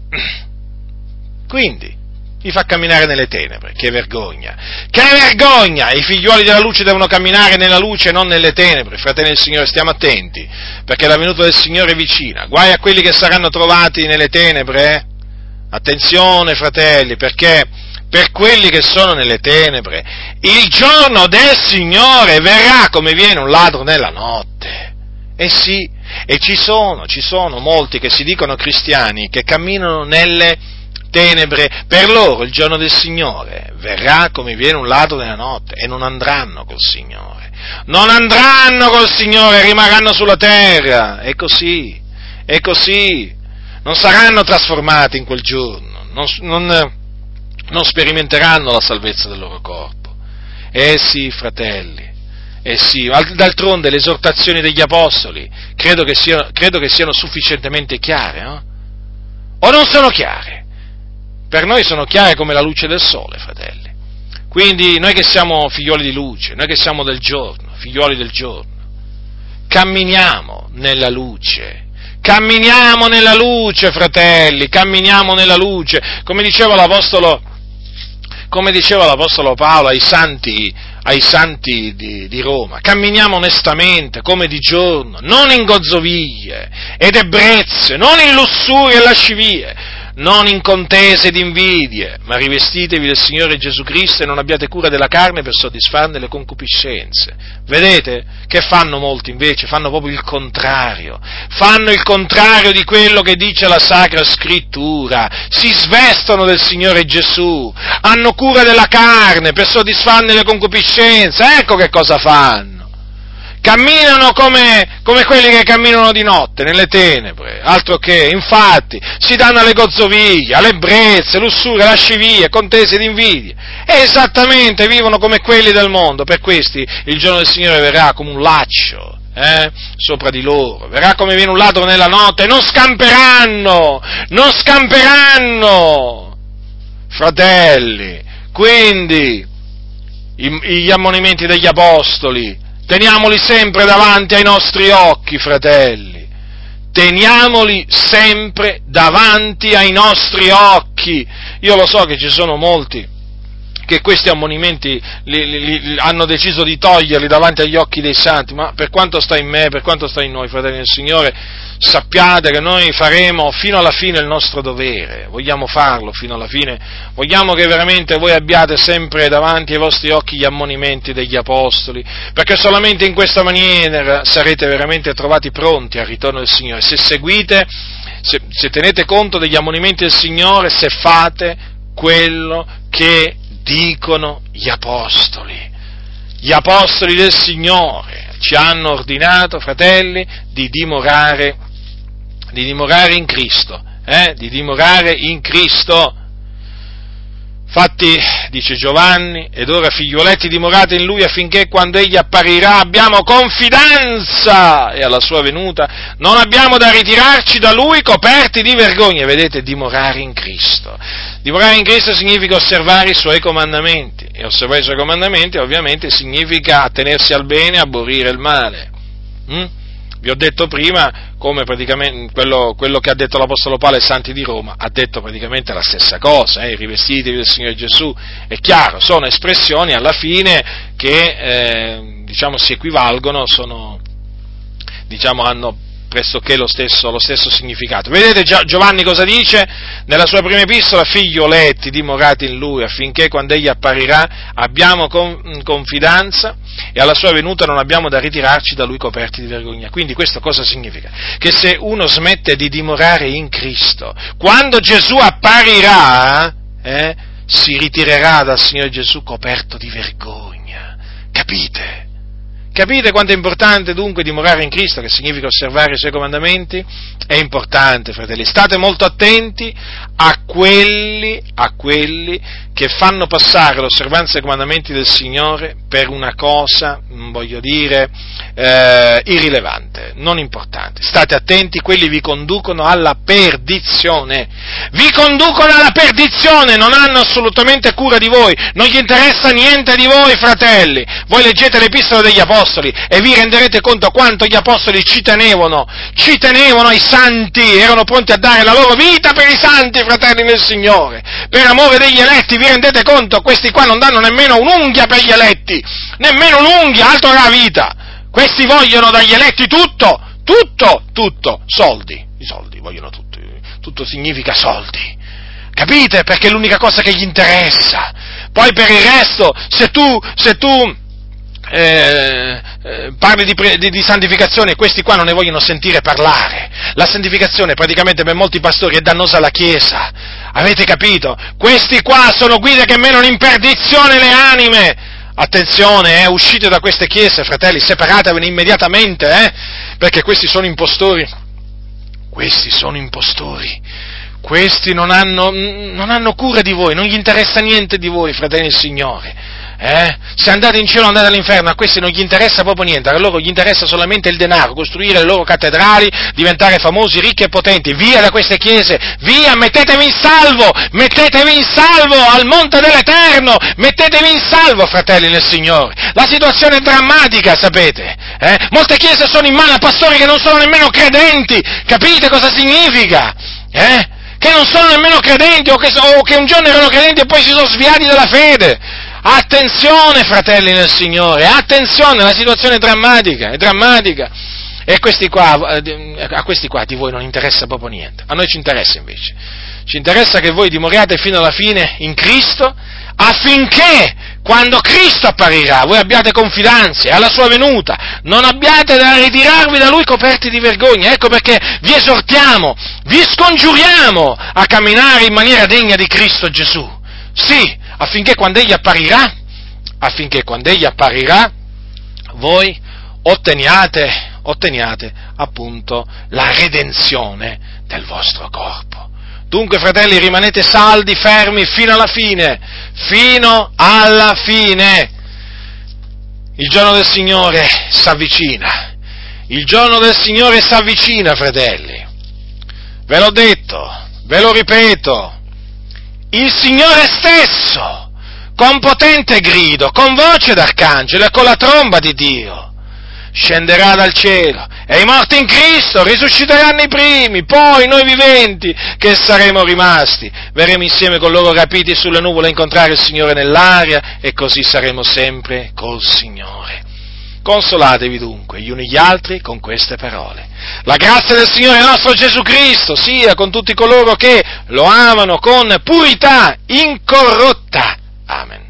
Quindi, li fa camminare nelle tenebre, che vergogna, che vergogna, i figliuoli della luce devono camminare nella luce e non nelle tenebre, fratelli del Signore, stiamo attenti, perché la venuta del Signore è vicina, guai a quelli che saranno trovati nelle tenebre, eh? Attenzione fratelli, perché per quelli che sono nelle tenebre, il giorno del Signore verrà come viene un ladro nella notte. Eh sì, e ci sono, ci sono molti che si dicono cristiani, che camminano nelle tenebre, per loro il giorno del Signore verrà come viene un ladro nella notte, e non andranno col Signore, non andranno col Signore, rimarranno sulla terra, è così, è così, non saranno trasformati in quel giorno, non, non, non sperimenteranno la salvezza del loro corpo. Eh sì, fratelli, eh sì, d'altronde le esortazioni degli apostoli credo che siano, credo che siano sufficientemente chiare, no? O non sono chiare? Per noi sono chiare come la luce del sole, fratelli. Quindi noi che siamo figlioli di luce, noi che siamo del giorno, figlioli del giorno, camminiamo nella luce, Camminiamo nella luce, fratelli, camminiamo nella luce, come diceva l'Apostolo, come diceva l'Apostolo Paolo ai santi, ai santi di, di Roma, camminiamo onestamente, come di giorno, non in gozzoviglie ed ebbrezze, non in lussurie e lascivie, non in contese ed invidie, ma rivestitevi del Signore Gesù Cristo e non abbiate cura della carne per soddisfarne le concupiscenze. Vedete? Che fanno molti invece? Fanno proprio il contrario, fanno il contrario di quello che dice la Sacra Scrittura, si svestono del Signore Gesù, hanno cura della carne per soddisfarne le concupiscenze, ecco che cosa fanno. Camminano come, come quelli che camminano di notte, nelle tenebre, altro che, infatti, si danno alle gozzoviglie, alle ebbrezze, lussurie, lascivie, contese ed invidie, e esattamente vivono come quelli del mondo. Per questi il giorno del Signore verrà come un laccio, eh, sopra di loro, verrà come viene un ladro nella notte, e non scamperanno, non scamperanno, fratelli. Quindi, gli ammonimenti degli apostoli, teniamoli sempre davanti ai nostri occhi, fratelli, teniamoli sempre davanti ai nostri occhi. Io lo so che ci sono molti che questi ammonimenti li, li, li, hanno deciso di toglierli davanti agli occhi dei santi, ma per quanto sta in me, per quanto sta in noi, fratelli del Signore, sappiate che noi faremo fino alla fine il nostro dovere, vogliamo farlo fino alla fine, vogliamo che veramente voi abbiate sempre davanti ai vostri occhi gli ammonimenti degli apostoli, perché solamente in questa maniera sarete veramente trovati pronti al ritorno del Signore, se seguite, se, se tenete conto degli ammonimenti del Signore, se fate quello che dicono gli apostoli. Gli apostoli del Signore ci hanno ordinato, fratelli, di dimorare, di dimorare in Cristo, eh? di dimorare in Cristo. Infatti, dice Giovanni, ed ora figliuoletti dimorate in Lui affinché quando Egli apparirà abbiamo confidenza e alla Sua venuta non abbiamo da ritirarci da Lui coperti di vergogna. Vedete, dimorare in Cristo. Dimorare in Cristo significa osservare i Suoi comandamenti, e osservare i Suoi comandamenti ovviamente significa attenersi al bene e aborrire il male. Mm? Vi ho detto prima come praticamente quello, quello che ha detto l'Apostolo Paolo ai Santi di Roma ha detto praticamente la stessa cosa, eh, rivestitevi del Signore Gesù, è chiaro, sono espressioni alla fine che eh, diciamo si equivalgono, sono, diciamo hanno pressoché lo stesso, lo stesso significato. Vedete Giovanni cosa dice? Nella sua prima epistola, figlioletti dimorati in Lui affinché quando Egli apparirà abbiamo confidenza e alla sua venuta non abbiamo da ritirarci da Lui coperti di vergogna. Quindi questo cosa significa? Che se uno smette di dimorare in Cristo, quando Gesù apparirà, eh, si ritirerà dal Signore Gesù coperto di vergogna. Capite? Capite quanto è importante dunque dimorare in Cristo, che significa osservare i Suoi comandamenti? È importante, fratelli, state molto attenti a quelli, a quelli che fanno passare l'osservanza dei comandamenti del Signore per una cosa, voglio dire, eh, irrilevante, non importante. State attenti, quelli vi conducono alla perdizione, vi conducono alla perdizione, non hanno assolutamente cura di voi, non gli interessa niente di voi, fratelli. Voi leggete l'Epistola degli Apostoli e vi renderete conto quanto gli Apostoli ci tenevano, ci tenevano ai santi, erano pronti a dare la loro vita per i santi, fratelli nel Signore, per amore degli eletti. Vi rendete conto? Questi qua non danno nemmeno un'unghia per gli eletti, nemmeno un'unghia, altro che la vita. Questi vogliono dagli eletti tutto, tutto, tutto, soldi, i soldi, vogliono tutto, tutto significa soldi, capite? Perché è l'unica cosa che gli interessa. Poi per il resto, se tu, se tu eh, eh, parli di, di, di santificazione, questi qua non ne vogliono sentire parlare. La santificazione praticamente per molti pastori è dannosa alla Chiesa, avete capito? Questi qua sono guide che menano in perdizione le anime. Attenzione, eh, uscite da queste chiese, fratelli, separatevene immediatamente, eh, perché questi sono impostori, questi sono impostori, questi non hanno, non hanno cura di voi, non gli interessa niente di voi, fratelli del Signore, Eh? Se andate in cielo andate all'inferno, a questi non gli interessa proprio niente, a loro gli interessa solamente il denaro, costruire le loro cattedrali, diventare famosi, ricchi e potenti, via da queste chiese, via, mettetevi in salvo, mettetevi in salvo al monte dell'Eterno, mettetevi in salvo, fratelli nel Signore, la situazione è drammatica, sapete, eh? Molte chiese sono in mano a pastori che non sono nemmeno credenti, capite cosa significa? Eh? Che non sono nemmeno credenti o che, o che un giorno erano credenti e poi si sono sviati dalla fede. Attenzione, fratelli nel Signore, attenzione, la situazione è drammatica, è drammatica. E questi qua, a questi qua di voi non interessa proprio niente, a noi ci interessa invece. Ci interessa che voi dimoriate fino alla fine in Cristo, affinché quando Cristo apparirà voi abbiate confidenza alla sua venuta, non abbiate da ritirarvi da Lui coperti di vergogna. Ecco perché vi esortiamo, vi scongiuriamo a camminare in maniera degna di Cristo Gesù. Sì, affinché quando Egli apparirà, affinché quando Egli apparirà, voi otteniate, otteniate appunto la redenzione del vostro corpo. Dunque, fratelli, rimanete saldi, fermi fino alla fine, fino alla fine. Il giorno del Signore s'avvicina, il giorno del Signore s'avvicina, fratelli. Ve l'ho detto, ve lo ripeto, il Signore stesso, con potente grido, con voce d'arcangelo e con la tromba di Dio, scenderà dal cielo e i morti in Cristo risusciteranno i primi, poi noi viventi che saremo rimasti verremo insieme con loro rapiti sulle nuvole a incontrare il Signore nell'aria e così saremo sempre col Signore. Consolatevi dunque gli uni gli altri con queste parole. La grazia del Signore nostro Gesù Cristo sia con tutti coloro che lo amano con purità incorrotta. Amen.